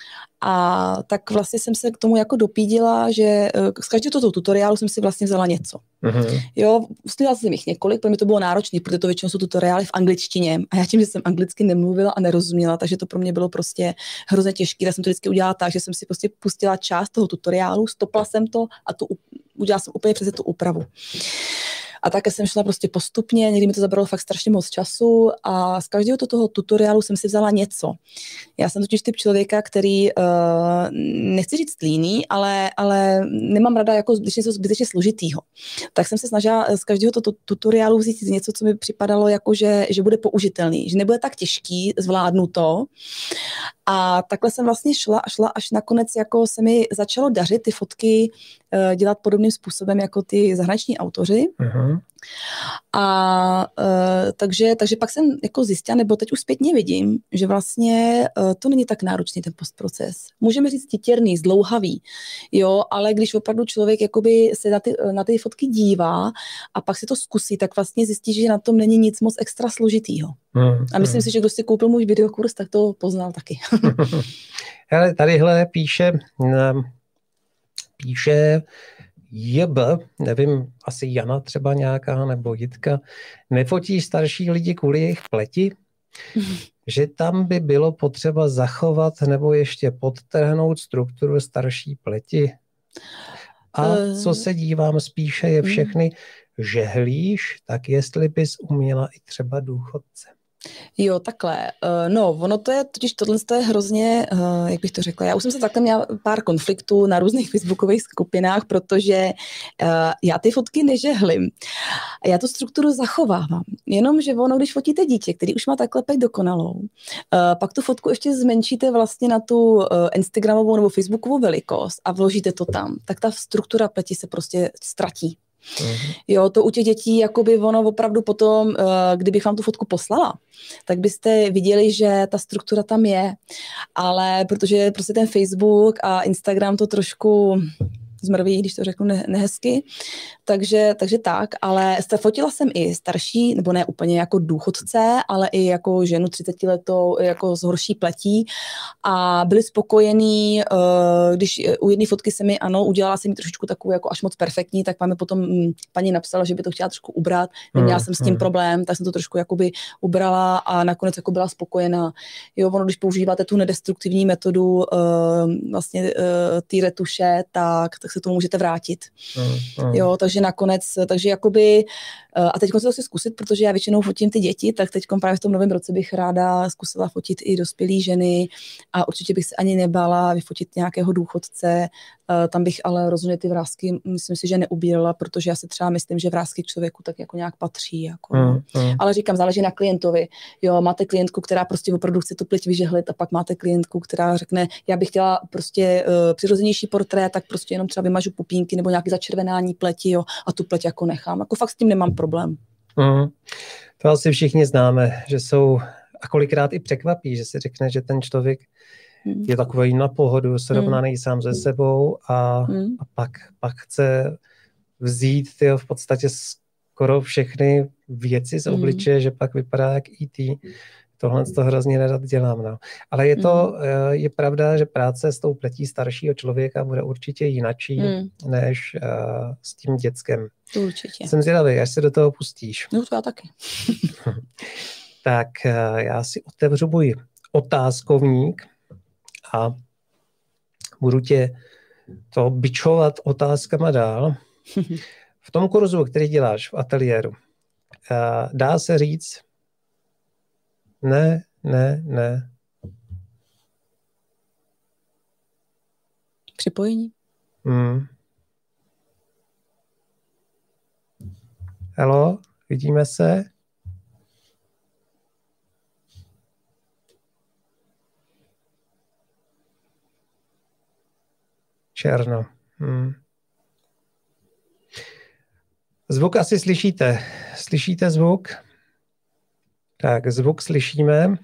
a tak vlastně jsem se k tomu jako dopídila, že uh, z každého toho tutoriálu jsem si vlastně vzala něco. Uh-huh. Jo, usnila jsem jich několik, pro mě to bylo náročné, protože to většinou jsou tutoriály v angličtině a já tím, že jsem anglicky nemluvila a nerozuměla, takže to pro mě bylo prostě hrozně těžké. Já jsem to vždycky udělala tak, že jsem si prostě pustila část toho tutoriálu, stopla jsem to a tu udělala jsem úplně přesně tu úpravu. A také jsem šla prostě postupně, někdy mi to zabralo fakt strašně moc času a z každého toho tutoriálu jsem si vzala něco. Já jsem totiž typ člověka, který, uh, nechci říct líný, ale, ale nemám rada jako něco zbytečně složitýho. Tak jsem se snažila z každého toho tutoriálu vzít něco, co mi připadalo jako, že, že bude použitelný, že nebude tak těžký, zvládnu to. A takhle jsem vlastně šla a šla, až nakonec jako se mi začalo dařit ty fotky uh, dělat podobným způsobem jako ty zahraniční autoři. Uh-huh. A uh, takže, takže pak jsem jako zjistila, nebo teď už zpětně vidím, že vlastně uh, to není tak náročný ten postproces. Můžeme říct titěrný, zdlouhavý, jo, ale když opravdu člověk jakoby se na ty, na ty fotky dívá a pak si to zkusí, tak vlastně zjistí, že na tom není nic moc extra složitýho. Hmm, a myslím hmm. si, že kdo si koupil můj videokurs, tak to poznal taky. Hele, tadyhle píše, píše J B, nevím, asi Jana třeba nějaká, nebo Jitka, nefotí starší lidi kvůli jejich pleti, že tam by bylo potřeba zachovat nebo ještě podtrhnout strukturu starší pleti. A co se dívám spíše je všechny žehlíš, tak jestli bys uměla i třeba důchodce. Jo, takhle. No, ono to je, totiž tohle je hrozně, jak bych to řekla, já už jsem se takhle měla pár konfliktů na různých facebookových skupinách, protože já ty fotky nežehlím. Já tu strukturu zachovávám. Jenomže ono, když fotíte dítě, který už má takhle pět dokonalou, pak tu fotku ještě zmenšíte vlastně na tu instagramovou nebo facebookovou velikost a vložíte to tam, tak ta struktura pleti se prostě ztratí. Uh-huh. Jo, to u těch dětí, jakoby ono opravdu potom, uh, kdybych vám tu fotku poslala, tak byste viděli, že ta struktura tam je, ale protože prostě ten Facebook a Instagram to trošku zmrví, když to řeknu ne- nehezky, takže, takže tak, ale fotila jsem i starší, nebo ne úplně jako důchodce, ale i jako ženu třicetiletou, jako s horší pletí a byli spokojení, když u jedné fotky se mi, ano, udělala jsem mi trošičku takovou jako až moc perfektní, tak mi potom paní napsala, že by to chtěla trošku ubrat, neměla jsem s tím problém, tak jsem to trošku jakoby ubrala a nakonec jako byla spokojená. Jo, ono, když používáte tu nedestruktivní metodu vlastně té retuše, tak, tak se tomu můžete vrátit. Mm, mm. Jo, takže nakonec, takže jakoby, a teď se to chci zkusit, protože já většinou fotím ty děti, tak teď právě v tom novém roce bych ráda zkusila fotit i dospělé ženy a určitě bych se ani nebála vyfotit nějakého důchodce, tam bych ale rozhodně ty vrásky, myslím si, že neubírala, protože já si třeba myslím, že vrásky k člověku tak jako nějak patří. Jako, mm, mm. Ale říkám, záleží na klientovi. Jo, máte klientku, která prostě opravdu chce tu pleť vyžehlit a pak máte klientku, která řekne, já bych chtěla prostě uh, přirozenější portrét, tak prostě jenom třeba vymažu pupínky nebo nějaké začervenání pleti, jo, a tu pleť jako nechám. Jako fakt s tím nemám problém. Mm. To asi všichni známe, že jsou a kolikrát i překvapí, že si řekne, že ten člověk mm. je takový na pohodu, srovnaný mm. sám se sebou a, mm. a pak, pak chce vzít tyjo, v podstatě skoro všechny věci z obličeje, mm. že pak vypadá jak í té. Tohle to hrozně nerad dělám. No. Ale je to, mm. je pravda, že práce s tou pletí staršího člověka bude určitě jinačí, mm. než uh, s tím dětskem. Určitě. Jsem zvědavý, až se do toho pustíš. No to já taky. Tak uh, já si otevřu můj otázkovník a budu tě to bičovat otázkama dál. V tom kurzu, který děláš v ateliéru, uh, dá se říct, ne, ne, ne. Připojení? Hmm. Hello, vidíme se? Černo. Hmm. Zvuk asi slyšíte. Slyšíte zvuk? Tak, zvuk slyšíme.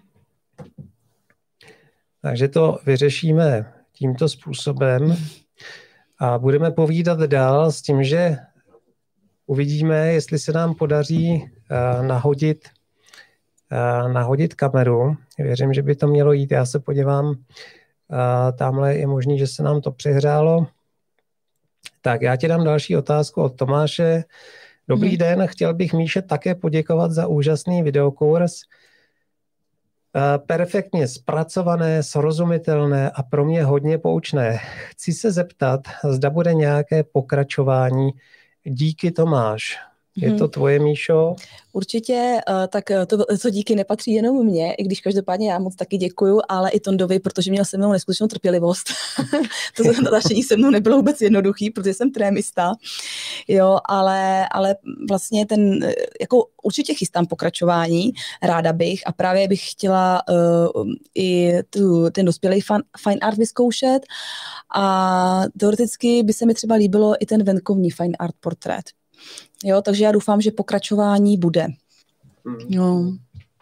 Takže to vyřešíme tímto způsobem a budeme povídat dál s tím, že uvidíme, jestli se nám podaří uh, nahodit, uh, nahodit kameru. Věřím, že by to mělo jít. Já se podívám. Uh, tamhle je možný, že se nám to přehrálo. Tak, já ti dám další otázku od Tomáše. Dobrý hmm. den, chtěl bych Míše také poděkovat za úžasný videokurs. Perfektně zpracované, srozumitelné a pro mě hodně poučné. Chci se zeptat, zda bude nějaké pokračování. Díky, Tomáš. Je to tvoje, Míšo? Určitě, tak to, to díky nepatří jenom mně, i když každopádně já moc taky děkuju, ale i Tondovi, protože měl se mnou neskutečnou trpělivost. To natáčení se mnou nebylo vůbec jednoduchý, protože jsem trémista. Jo, ale, ale vlastně ten, jako určitě chystám pokračování, ráda bych a právě bych chtěla uh, i tu, ten dospělý fan, fine art vyzkoušet a teoreticky by se mi třeba líbilo i ten venkovní fine art portrét. Jo, takže já doufám, že pokračování bude. No.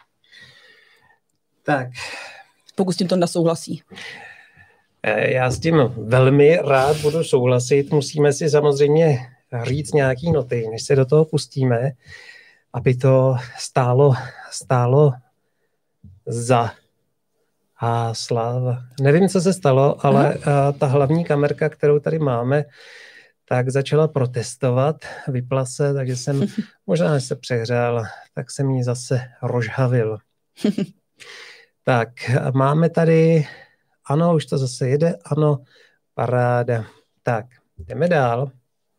Tak. Pokud s tím Tonda souhlasí. Já s tím velmi rád budu souhlasit. Musíme si samozřejmě říct nějaký noty, než se do toho pustíme, aby to stálo, stálo za a sláva. Nevím, co se stalo, ale Aha. ta hlavní kamerka, kterou tady máme, tak začala protestovat, vypla se, takže jsem možná se přehřál, tak jsem ji zase rozhavil. Tak, máme tady, ano, už to zase jede, ano, paráda. Tak, jdeme dál.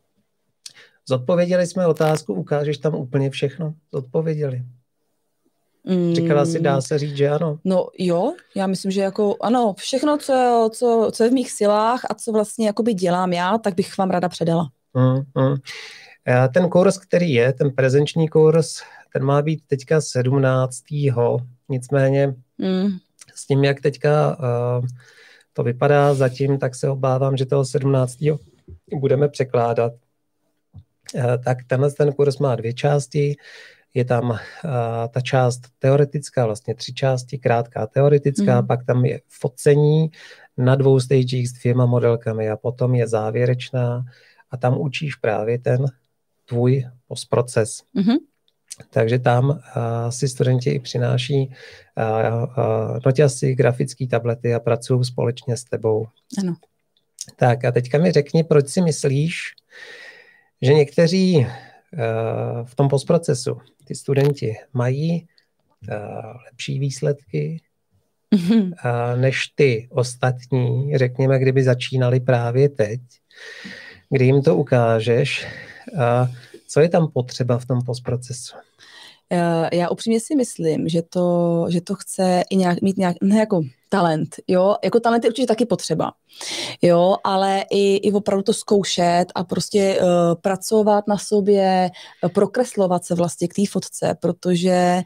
Zodpověděli jsme otázku, ukážeš tam úplně všechno? Zodpověděli. Mm. Říkala si, dá se říct, že ano? No jo, já myslím, že jako ano, všechno, co, co, co je v mých silách a co vlastně jakoby dělám já, tak bych vám ráda předala. Mm, mm. Ten kurz, který je, ten prezenční kurz, ten má být teďka sedmnáctého Nicméně mm. s tím, jak teďka uh, to vypadá zatím, tak se obávám, že toho sedmnáctého budeme překládat. Uh, tak tenhle ten kurz má dvě části. Je tam uh, ta část teoretická, vlastně tři části, krátká teoretická, mm. pak tam je focení na dvou stagech s dvěma modelkami a potom je závěrečná a tam učíš právě ten tvůj postproces. Mm-hmm. Takže tam uh, si studenti i přináší uh, uh, noťasy, grafické tablety a pracují společně s tebou. Ano. Tak a teďka mi řekni, proč si myslíš, že někteří uh, v tom postprocesu ty studenti mají uh, lepší výsledky mm-hmm. uh, než ty ostatní, řekněme, kdyby začínali právě teď, kdy jim to ukážeš, uh, co je tam potřeba v tom postprocesu? Já upřímně si myslím, že to, že to chce i nějak, mít nějak, ne jako talent, jo, jako talent je určitě taky potřeba, jo, ale i, i opravdu to zkoušet a prostě uh, pracovat na sobě, uh, prokreslovat se vlastně k té fotce, protože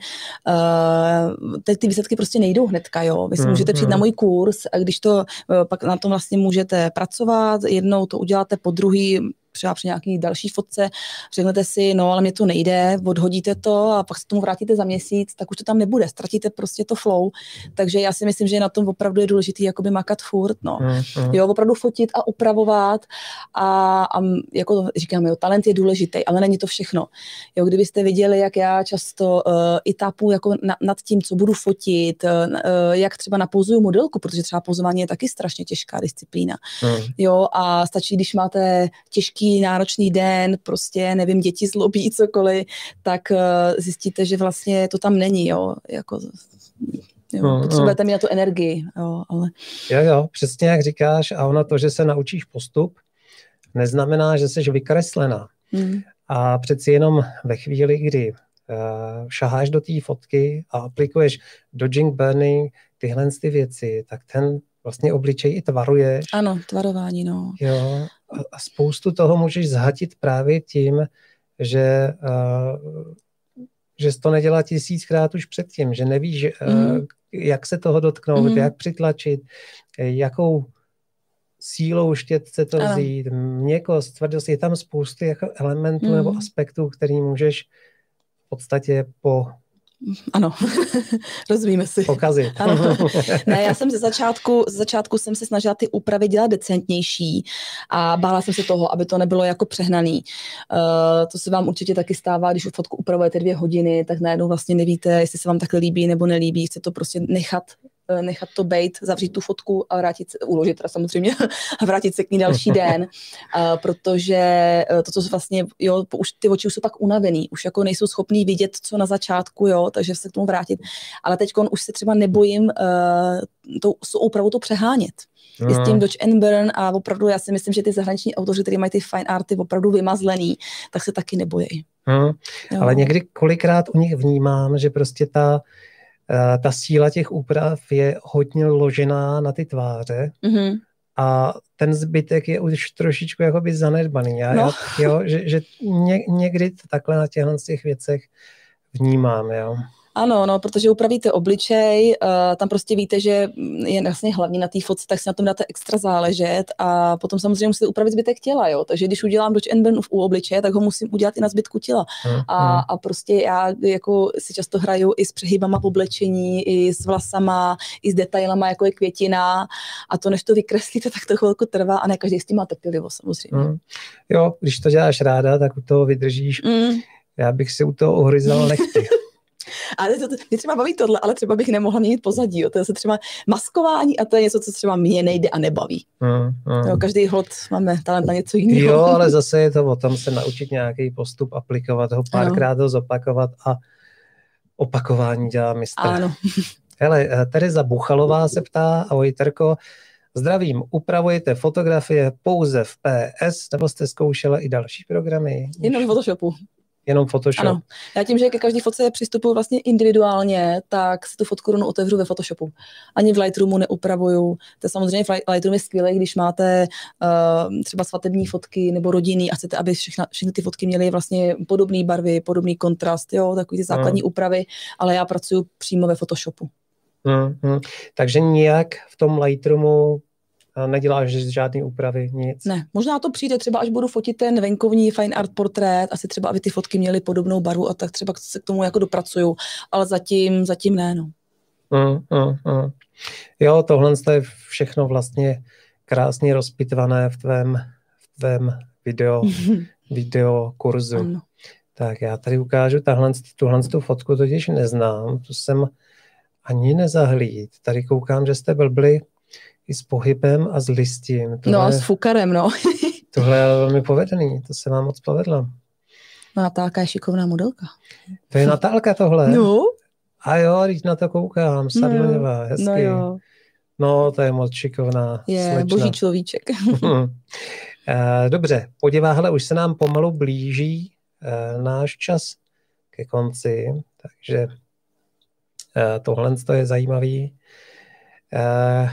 uh, ty, ty výsledky prostě nejdou hnedka, jo, vy si mm, můžete přijít mm. na můj kurz a když to, uh, pak na tom vlastně můžete pracovat, jednou to uděláte, po druhý třeba při nějaký další fotce, řeknete si, no ale mě to nejde, odhodíte to a pak se tomu vrátíte za měsíc, tak už to tam nebude, ztratíte prostě to flow. Takže já si myslím, že na tom opravdu je důležitý jakoby makat furt, no. Mm, mm. Jo, opravdu fotit a upravovat a, a jako říkám, jo, talent je důležitý, ale není to všechno. Jo, kdybyste viděli, jak já často uh, i tápu jako na, nad tím, co budu fotit, uh, jak třeba napouzuju modelku, protože třeba pouzování je taky strašně těžká disciplína. Mm. Jo, a stačí, když máte těžký náročný den, prostě, nevím, děti zlobí, cokoliv, tak uh, zjistíte, že vlastně to tam není, jo, jako, jo, no, potřebujete no. mít na tu energii, jo, ale... Jo, jo, přesně jak říkáš, a ono to, že se naučíš postup, neznamená, že jsi vykreslená. Hmm. A přeci jenom ve chvíli, kdy uh, šaháš do té fotky a aplikuješ dodging, burning, tyhle ty věci, tak ten vlastně obličej i tvaruješ. Ano, tvarování, no. Jo, a spoustu toho můžeš zhatit právě tím, že, uh, že jsi to nedělá tisíckrát už předtím, že nevíš, mm. uh, jak se toho dotknout, mm. jak přitlačit, jakou sílou štětce to ano. vzít, měkkost, tvrdost, je tam spousty jako elementů mm. nebo aspektů, který můžeš v podstatě po Ano, rozumíme si. Pokazit. Ano. Ne, já jsem ze začátku, ze začátku jsem se snažila ty úpravy dělat decentnější a bála jsem se toho, aby to nebylo jako přehnaný. Uh, to se vám určitě taky stává, když fotku upravujete dvě hodiny, tak najednou vlastně nevíte, jestli se vám takhle líbí nebo nelíbí, chce to prostě nechat nechat to bejt, zavřít tu fotku a vrátit se, uložit teda samozřejmě, a vrátit se k ní další den, uh, protože to, co vlastně, jo, už ty oči už jsou pak unavený, už jako nejsou schopný vidět, co na začátku, jo, takže se k tomu vrátit. Ale teď už se třeba nebojím uh, tou úpravou to přehánět. No. I s tím Dodge and Burn a opravdu já si myslím, že ty zahraniční autoři, kteří mají ty fine arty opravdu vymazlený, tak se taky nebojí. Hmm. Ale někdy kolikrát u nich vnímám, že prostě ta ta síla těch úprav je hodně ložená na ty tváře mm-hmm. a ten zbytek je už trošičku jakoby zanedbaný. Já, no. já, jo, že, že ně, někdy to takhle na těchto těch věcech vnímám, jo. Ano, no, protože upravíte obličej, uh, tam prostě víte, že je vlastně hlavní na té fotce, tak si na tom dáte extra záležet a potom samozřejmě musíte upravit zbytek těla, jo. Takže když udělám Dodge and Burn u obličeje, tak ho musím udělat i na zbytku těla. Hmm, a, a prostě já jako si často hraju i s přehybama v oblečení, i s vlasama, i s detailama, jako je květina a to, než to vykreslíte, tak to chvilku trvá a ne každý s tím má trpělivost, samozřejmě. Hmm. Jo, když to děláš ráda, tak u toho vydržíš. Hmm. Já bych si u toho uhryzal nechty. Ale to, mě třeba baví tohle, ale třeba bych nemohla měnit pozadí. Jo. To je třeba maskování a to je něco, co třeba mě nejde a nebaví. Mm, mm. Jo, každý hod máme talent na něco jiného. Jo, ale zase je to o tom se naučit nějaký postup, aplikovat ho, párkrát ho zopakovat a opakování dělá mistra. Ano. Hele, Tereza Buchalová se ptá, ahoj Terko, zdravím, upravujete fotografie pouze v P S, nebo jste zkoušela i další programy? Jenom v Photoshopu. Jenom Photoshop. Ano. Já tím, že ke každý fotce přistupuju vlastně individuálně, tak si tu fotku rovnou otevřu ve Photoshopu. Ani v Lightroomu neupravuju. To je samozřejmě Lightroom je skvělý, když máte uh, třeba svatební fotky nebo rodinný a chcete, aby všechna, všechny ty fotky měly vlastně podobné barvy, podobný kontrast, jo, takový ty základní hmm. úpravy, ale já pracuji přímo ve Photoshopu. Hmm, hmm. Takže nijak v tom Lightroomu neděláš žádný úpravy, nic? Ne, možná to přijde třeba, až budu fotit ten venkovní fine art portrét, asi třeba, aby ty fotky měly podobnou barvu a tak třeba se k tomu jako dopracuju, ale zatím, zatím ne, no. Mm, mm, mm. Jo, tohle je všechno vlastně krásně rozpitvané v tvém, v tvém video, video kurzu. Ano. Tak já tady ukážu tahle, tuhle tu fotku, totiž neznám, tu jsem ani nezahlíd. Tady koukám, že jste blbli i s pohybem a s listím. Tohle, no a s fukarem, no. Tohle je velmi povedený, to se vám moc povedlo. No Natálka je šikovná modelka. To je Natálka tohle? No. A jo, když na to koukám, Sadloněvá, no, hezky. No jo. No, to je moc šikovná je, slečna. Boží človíček. Dobře, podívá, hele, už se nám pomalu blíží uh, náš čas ke konci, takže uh, tohle je zajímavý. Uh,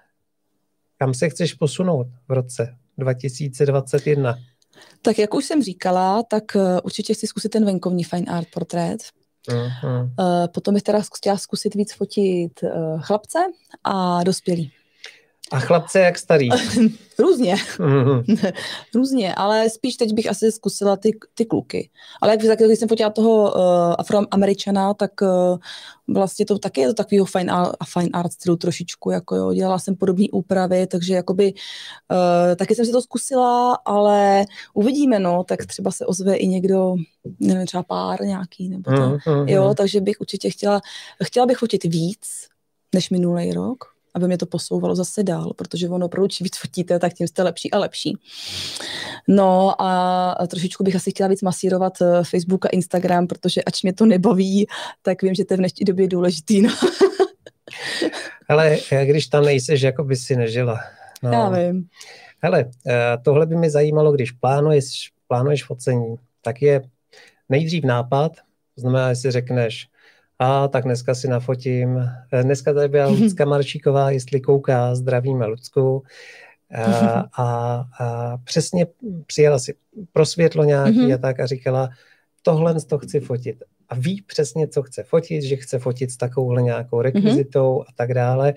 kam se chceš posunout v roce dva tisíce dvacet jedna? Tak jak už jsem říkala, tak uh, určitě chci zkusit ten venkovní fine art portrét. Uh-huh. Uh, potom bych teda chtěla zkusit víc fotit uh, chlapce a dospělí. A chlapce jak starý? Různě. Mm-hmm. Různě, ale spíš teď bych asi zkusila ty, ty kluky. Ale jak, když jsem fotila toho uh, Afroameričana, tak uh, vlastně to taky je to takového fine art, fine art stylu trošičku. Jako jo, dělala jsem podobné úpravy, takže jakoby uh, taky jsem si to zkusila, ale uvidíme, no, tak třeba se ozve i někdo, nevím, třeba pár nějaký, nebo to, mm-hmm. jo, takže bych určitě chtěla, chtěla bych fotit víc než minulý rok, aby mě to posouvalo zase dál, protože ono opravdu čím víc fotíte, tak tím jste lepší a lepší. No a trošičku bych asi chtěla víc masírovat Facebook a Instagram, protože ač mě to nebaví, tak vím, že to je v dnešní době důležitý. No. Ale když tam nejseš, jako by si nežila. No. Já vím. Hele, tohle by mě zajímalo, když plánuješ, plánuješ focení, tak je nejdřív nápad, to znamená, že si řekneš, a tak dneska si nafotím. Dneska tady byla Lucka Maršíková, jestli kouká, zdravíme Lucku. A, a, a přesně přijela si pro světlo nějaký mm-hmm. a tak a říkala, tohle to chci fotit. A ví přesně, co chce fotit, že chce fotit s takovouhle nějakou rekvizitou mm-hmm. a tak dále.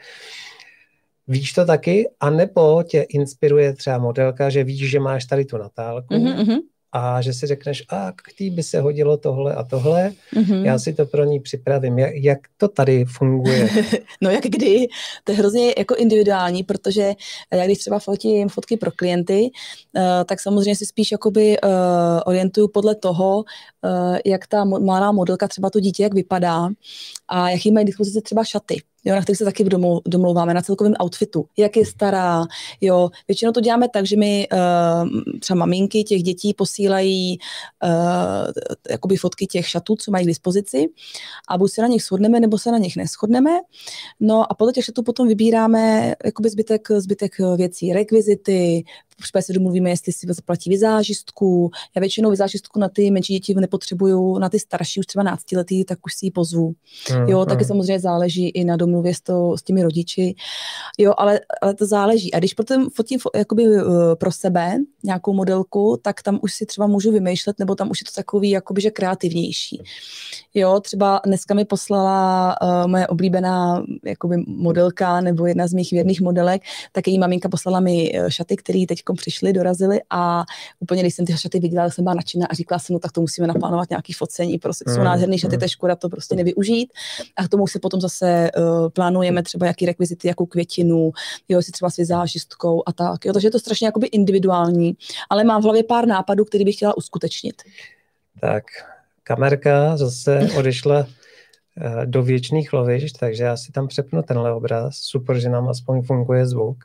Víš to taky? A nebo tě inspiruje třeba modelka, že víš, že máš tady tu Natálku, mm-hmm. a že si řekneš, a k tý by se hodilo tohle a tohle, mm-hmm. já si to pro ní připravím. Jak, jak to tady funguje? No jak kdy? To je hrozně jako individuální, protože já když třeba fotím fotky pro klienty, uh, tak samozřejmě si spíš jakoby uh, orientuju podle toho, uh, jak ta mladá modelka, třeba to dítě, jak vypadá a jaký mají dispozici třeba šaty. Jo, na kterých se taky domlouváme, na celkovém outfitu, jak je stará, jo. Většinou to děláme tak, že my uh, třeba maminky těch dětí posílají uh, jakoby fotky těch šatů, co mají k dispozici a buď se na nich shodneme, nebo se na nich neshodneme. No a podle těch šatů potom vybíráme jakoby zbytek, zbytek věcí, rekvizity, třeba se domluvíme, jestli si zaplatí vizážistku. Já většinou vizážistku na ty menší děti nepotřebuju, na ty starší, už třeba náctiletý, tak už si ji pozvu. Mm, jo, taky mm. samozřejmě záleží i na domluvě s, to, s těmi rodiči. Jo, ale, ale to záleží. A když potom fotím jakoby, uh, pro sebe nějakou modelku, tak tam už si třeba můžu vymýšlet, nebo tam už je to takový jakoby, že kreativnější. Jo, třeba dneska mi poslala uh, moje oblíbená jakoby, modelka, nebo jedna z mých věrných modelek, tak její maminka poslala mi šaty, které teď přišli, dorazili a úplně, když jsem ty šaty viděla, tak jsem byla nadšená a říkala jsem, no tak to musíme naplánovat nějaký focení, prostě jsou nádherný šaty, to je škoda to prostě nevyužít a k tomu si potom zase uh, plánujeme třeba jaký rekvizity, jakou květinu, jo, si třeba s vizážistkou a tak, jo, takže je to strašně jakoby individuální, ale mám v hlavě pár nápadů, který bych chtěla uskutečnit. Tak, kamerka zase odešla uh, do věčných lovišť, takže já si tam přepnu tenhle obraz, super, že nám aspoň funguje zvuk.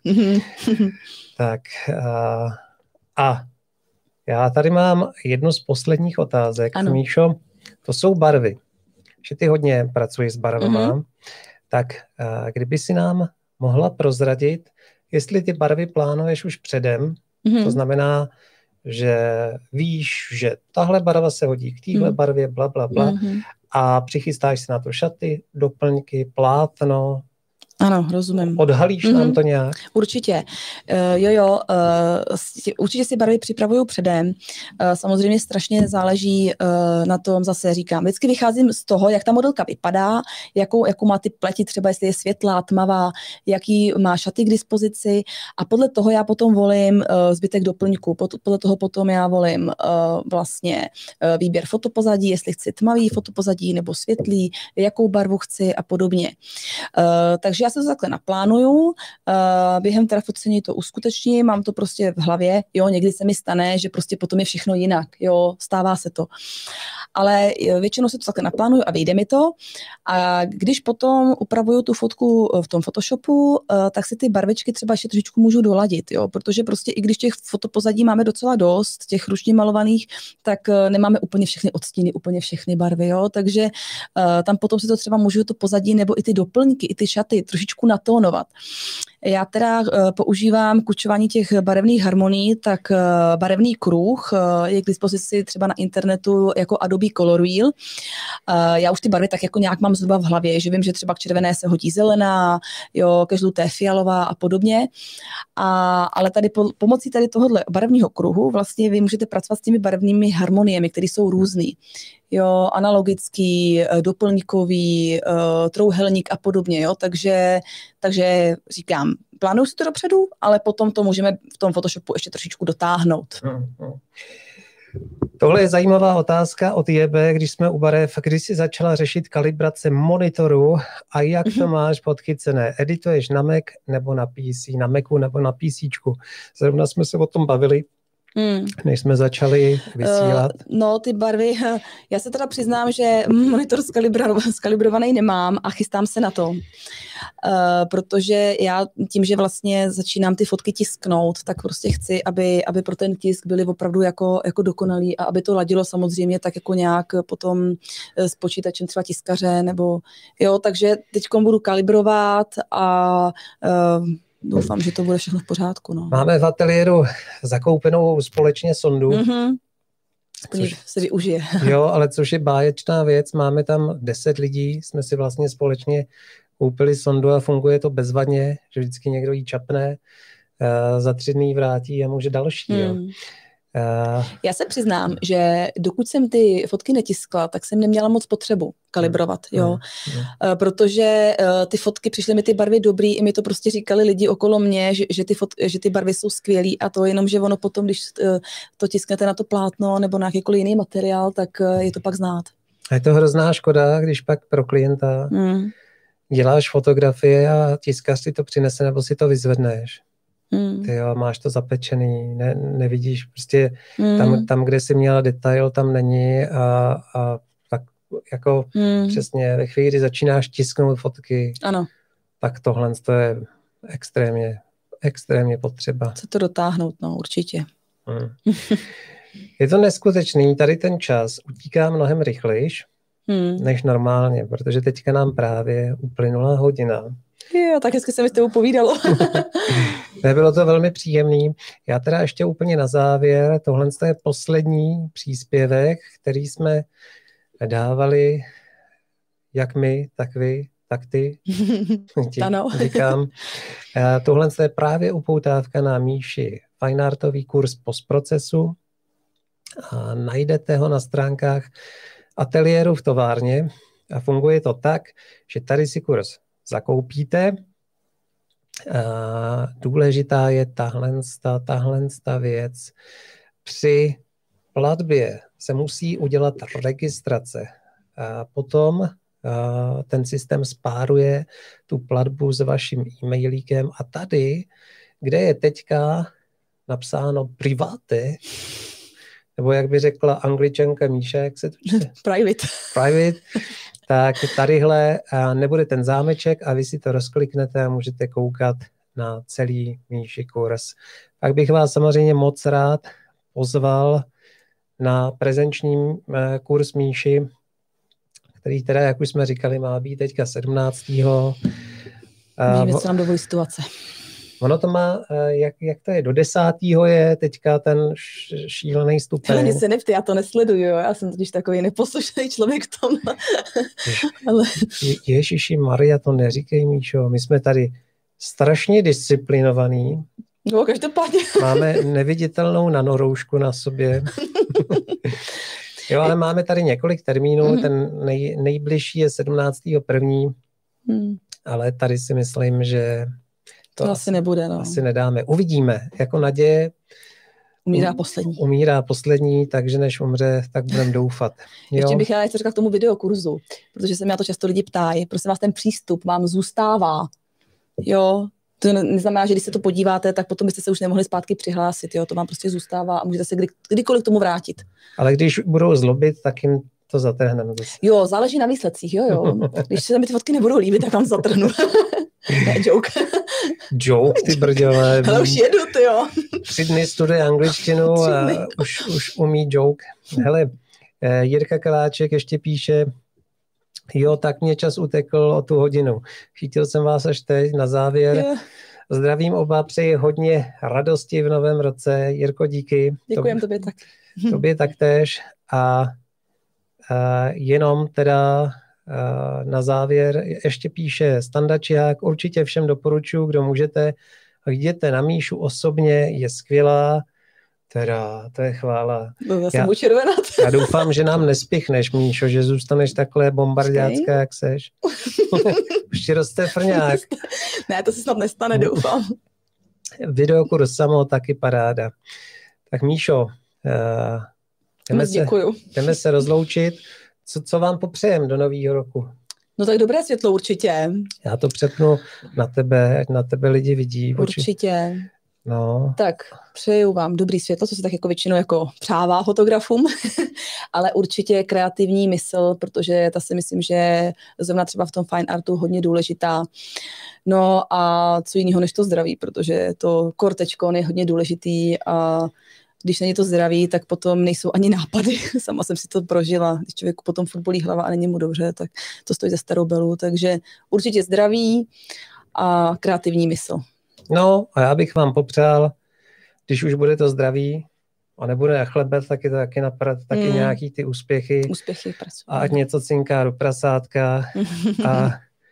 Tak a, a já tady mám jednu z posledních otázek. Ano. Míšo, to jsou barvy. Že ty hodně pracuješ s barvama. Mm-hmm. Tak a, kdyby si nám mohla prozradit, jestli ty barvy plánuješ už předem, mm-hmm. to znamená, že víš, že tahle barva se hodí k téhle mm-hmm. barvě, bla, bla, bla, mm-hmm. a přichystáš si na to šaty, doplňky, plátno. Ano, rozumím. Odhalíš mm-hmm. nám to nějak? Určitě. Uh, jo, jo, uh, určitě si barvy připravuju předem. Uh, samozřejmě strašně záleží uh, na tom, zase říkám, vždycky vycházím z toho, jak ta modelka vypadá, jakou, jakou má ty pleti, třeba jestli je světlá, tmavá, jaký má šaty k dispozici a podle toho já potom volím uh, zbytek doplňku, podle toho potom já volím uh, vlastně uh, výběr fotopozadí, jestli chci tmavý fotopozadí nebo světlý, jakou barvu chci a podobně. Uh, takže já se to takhle naplánuju, uh, během teda focení to uskutečním, mám to prostě v hlavě, jo, někdy se mi stane, že prostě potom je všechno jinak, jo, stává se to. Ale většinou se to takhle naplánuju a vyjde mi to a když potom upravuju tu fotku v tom Photoshopu, uh, tak si ty barvičky třeba ještě trošičku můžu doladit, jo, protože prostě i když těch fotopozadí máme docela dost, těch ručně malovaných, tak uh, nemáme úplně všechny odstíny, úplně všechny barvy, jo, takže uh, tam potom si to třeba můžu to pozadí nebo i ty doplňky, i ty šaty trošičku natónovat. Já teda uh, používám k určování těch barevných harmonií, tak uh, barevný kruh uh, je k dispozici třeba na internetu jako Adobe Adobe Color Wheel. Uh, já už ty barvy tak jako nějak mám zhruba v hlavě, že vím, že třeba k červené se hodí zelená, jo, ke žluté fialová a podobně. A, ale tady po, pomocí tady tohohle barevného kruhu vlastně vy můžete pracovat s těmi barevnými harmoniemi, které jsou různý. Jo, analogický, doplňkový, uh, trouhelník a podobně, jo, takže, takže říkám, plánuju si to dopředu, ale potom to můžeme v tom Photoshopu ještě trošičku dotáhnout. Hmm, hmm. Tohle je zajímavá otázka od Jebe, když jsme u barev, když jsi začala řešit kalibrace monitoru a jak to máš podchycené? Edituješ na Mac nebo na P C, na Macu nebo na PCčku? Zrovna jsme se o tom bavili, Hmm. než jsme začali vysílat. Uh, no, ty barvy, já se teda přiznám, že monitor skalibro- skalibrovaný nemám a chystám se na to. Uh, protože já tím, že vlastně začínám ty fotky tisknout, tak prostě chci, aby, aby pro ten tisk byly opravdu jako, jako dokonalý a aby to ladilo samozřejmě tak jako nějak potom s počítačem třeba tiskaře nebo jo, takže teďkom budu kalibrovat a uh, doufám, že to bude všechno v pořádku. No. Máme v ateliéru zakoupenou společně sondu. Mm-hmm. Což se využije. Jo, ale což je báječná věc. Máme tam deset lidí, jsme si vlastně společně koupili sondu a funguje to bezvadně, že vždycky někdo jí čapne, uh, za tři dny vrátí a může další. Mm. Jo. Uh, Já se přiznám, že dokud jsem ty fotky netiskla, tak jsem neměla moc potřebu kalibrovat, jo. Uh, uh, protože uh, ty fotky přišly mi ty barvy dobrý, i mi to prostě říkali lidi okolo mě, že, že, ty, fot, že ty barvy jsou skvělý a to jenom, že ono potom, když uh, to tisknete na to plátno nebo na jakýkoliv jiný materiál, tak uh, je to pak znát. A je to hrozná škoda, když pak pro klienta mm. děláš fotografie a tiskař si to přinese nebo si to vyzvedneš. Mm. Ty jo, máš to zapečený, ne, nevidíš, prostě mm. tam, tam, kde jsi měla detail, tam není a, a tak jako mm. přesně ve chvíli, kdy začínáš tisknout fotky, ano. tak tohle to je extrémně, extrémně potřeba. Co to dotáhnout, no určitě. Mm. Je to neskutečný, tady ten čas utíká mnohem rychlejš mm. než normálně, protože teďka nám právě uplynula hodina. Jo, tak hezky se mi s tebou povídalo. Nebylo to velmi příjemný. Já teda ještě úplně na závěr, tohle je poslední příspěvek, který jsme dávali jak my, tak vy, tak ty. Ano. Říkám. Tohle je právě upoutávka na Míši fineartový kurz postprocesu. A najdete ho na stránkách ateliéru v továrně a funguje to tak, že tady si kurz zakoupíte. A důležitá je tahle, tahle věc. Při platbě se musí udělat registrace. A potom a ten systém spáruje tu platbu s vaším e-mailíkem a tady, kde je teďka napsáno private, nebo jak by řekla Angličanka Míša, jak se to čte? Private. Private. Tak tadyhle nebude ten zámeček a vy si to rozkliknete a můžete koukat na celý Míši kurz. Pak bych vás samozřejmě moc rád pozval na prezenční kurz Míši, který teda, jak už jsme říkali, má být teďka sedmnáctého Můžeme, co nám dovolí situace. Ono to má, jak, jak to je, do desátého je teďka ten šílený stupeň. Ani se neptej, já to nesleduju, jo. Já jsem totiž takový neposlušný člověk v tom. Ale... Je, Ježiši Maria, to neříkej, Míšo, my jsme tady strašně disciplinovaný. No, každopádně. Máme neviditelnou nanoroušku na sobě. Jo, ale máme tady několik termínů, mm-hmm. ten nej, nejbližší je sedmnáctého prvního Mm. Ale tady si myslím, že to, to asi nebude, no. Asi nedáme. Uvidíme. Jako naděje umírá poslední. Umírá poslední, takže než umře, tak budeme doufat. Jo? Ještě bych já něco řekla k tomu videokurzu, protože se mě to často lidi ptají. Prosím vás, ten přístup vám zůstává. Jo, to neznamená, že když se to podíváte, tak potom byste se už nemohli zpátky přihlásit. Jo, to vám prostě zůstává a můžete se kdy, kdykoliv k tomu vrátit. Ale když budou zlobit, tak jim to zatrhneme. Jo, záleží na výsledcích, jo, jo. Když se mi ty fotky nebudou líbit, tak vám zatrhnu. Ne, joke. Joke, ty brděle. Ale už jedu, ty jo. Tři dny studuje angličtinu a už, už umí joke. Hele, Jirka Kaláček ještě píše, jo, tak mě čas utekl o tu hodinu. Chytil jsem vás až teď na závěr. Je. Zdravím oba, přeji hodně radosti v novém roce. Jirko, díky. Děkujem tobě tak. Tobě taktéž. A jenom teda na závěr ještě píše Standačiák, určitě všem doporučuji, kdo můžete, jděte na Míšu osobně, je skvělá, teda to je chvála. Já jsem učervenat. Já doufám, že nám nespichneš, Míšo, že zůstaneš takhle bombardácká, jak seš. Už ti roste frňák. Ne, to se snad nestane, doufám. Videokurs samo, taky paráda. Tak Míšo, jdeme, se, jdeme se rozloučit. Co, co vám popřejem do nového roku? No tak dobré světlo určitě. Já to přepnu na tebe, ať na tebe lidi vidí. Určitě. No. Tak přeju vám dobrý světlo, co se tak jako většinou jako přává fotografům, ale určitě kreativní mysl, protože ta si myslím, že zrovna třeba v tom fine artu hodně důležitá. No a co jiného než to zdraví, protože to kortečko je hodně důležitý a když není to zdraví, tak potom nejsou ani nápady. Sama jsem si to prožila. Když člověku potom furt bolí hlava a není mu dobře, tak to stojí za starou belu. Takže určitě zdraví a kreativní mysl. No a já bych vám popřál, když už bude to zdraví a nebude na chlebet, tak je to taky napadat, taky mm. nějaký ty úspěchy. Úspěchy pracují. A ať něco cinká do prasátka. A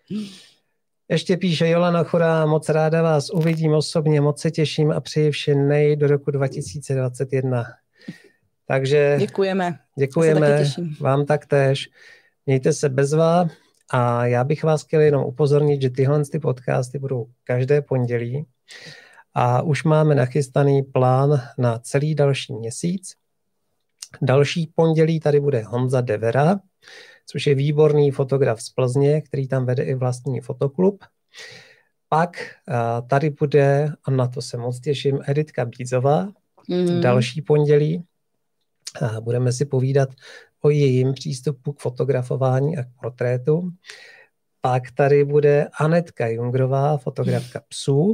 ještě píše Jolana Chorá, moc ráda vás uvidím osobně, moc se těším a přeji vše nej do roku dva tisíce dvacet jedna. Takže děkujeme. Děkujeme vám taktéž. Mějte se bezva a já bych vás chtěl jenom upozornit, že tyhle ty podcasty budou každé pondělí a už máme nachystaný plán na celý další měsíc. Další pondělí tady bude Honza Devera, což je výborný fotograf z Plzně, který tam vede i vlastní fotoklub. Pak tady bude, a na to se moc těším, Editka Bízová, mm. další pondělí. A budeme si povídat o jejím přístupu k fotografování a k portrétu. Pak tady bude Anetka Jungrová, fotografka psů.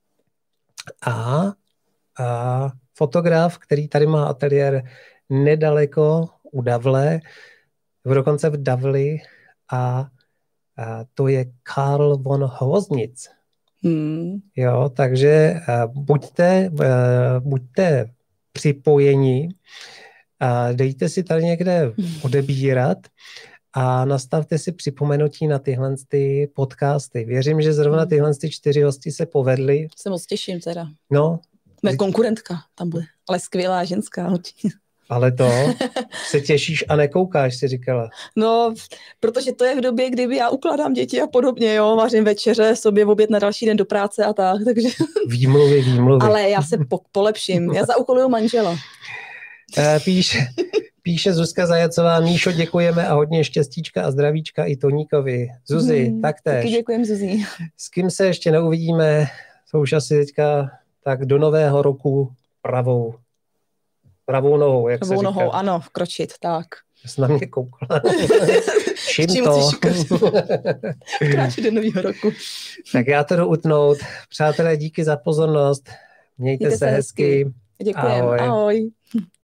A, a fotograf, který tady má ateliér nedaleko u Davle, dokonce v Davli, a, a to je Karl von Hvoznic. Hmm. Jo, takže uh, buďte, uh, buďte připojeni, a dejte si tady někde odebírat a nastavte si připomenutí na tyhle ty podcasty. Věřím, že zrovna tyhle ty čtyři hosti se povedly. Se moc těším teda. No. Mé konkurentka tam bude, ale skvělá ženská. Ale to se těšíš a nekoukáš, si říkala. No, protože to je v době, kdyby já ukládám děti a podobně, jo, vařím večeře, sobě v oběd na další den do práce a tak, takže... Výmluvy, výmluvy. Ale já se po- polepším, já zaúkoluju manžela. Píše, píše Zuzka Zajacová, Míšo, děkujeme a hodně štěstíčka a zdravíčka i Toníkovi. Zuzi, hmm, taktéž. Taky děkujem, Zuzi. S kým se ještě neuvidíme, to už asi teďka, tak do nového roku pravou. Pravou nohou, jak pravou se říká. Pravou nohou, ano, vkročit, tak. Jsi na mě koukala. Čím, Čím to? Vkráčit do nového roku. Tak já to jdu utnout. Přátelé, díky za pozornost. Mějte, Mějte se hezky. Děkujeme. Ahoj. Ahoj.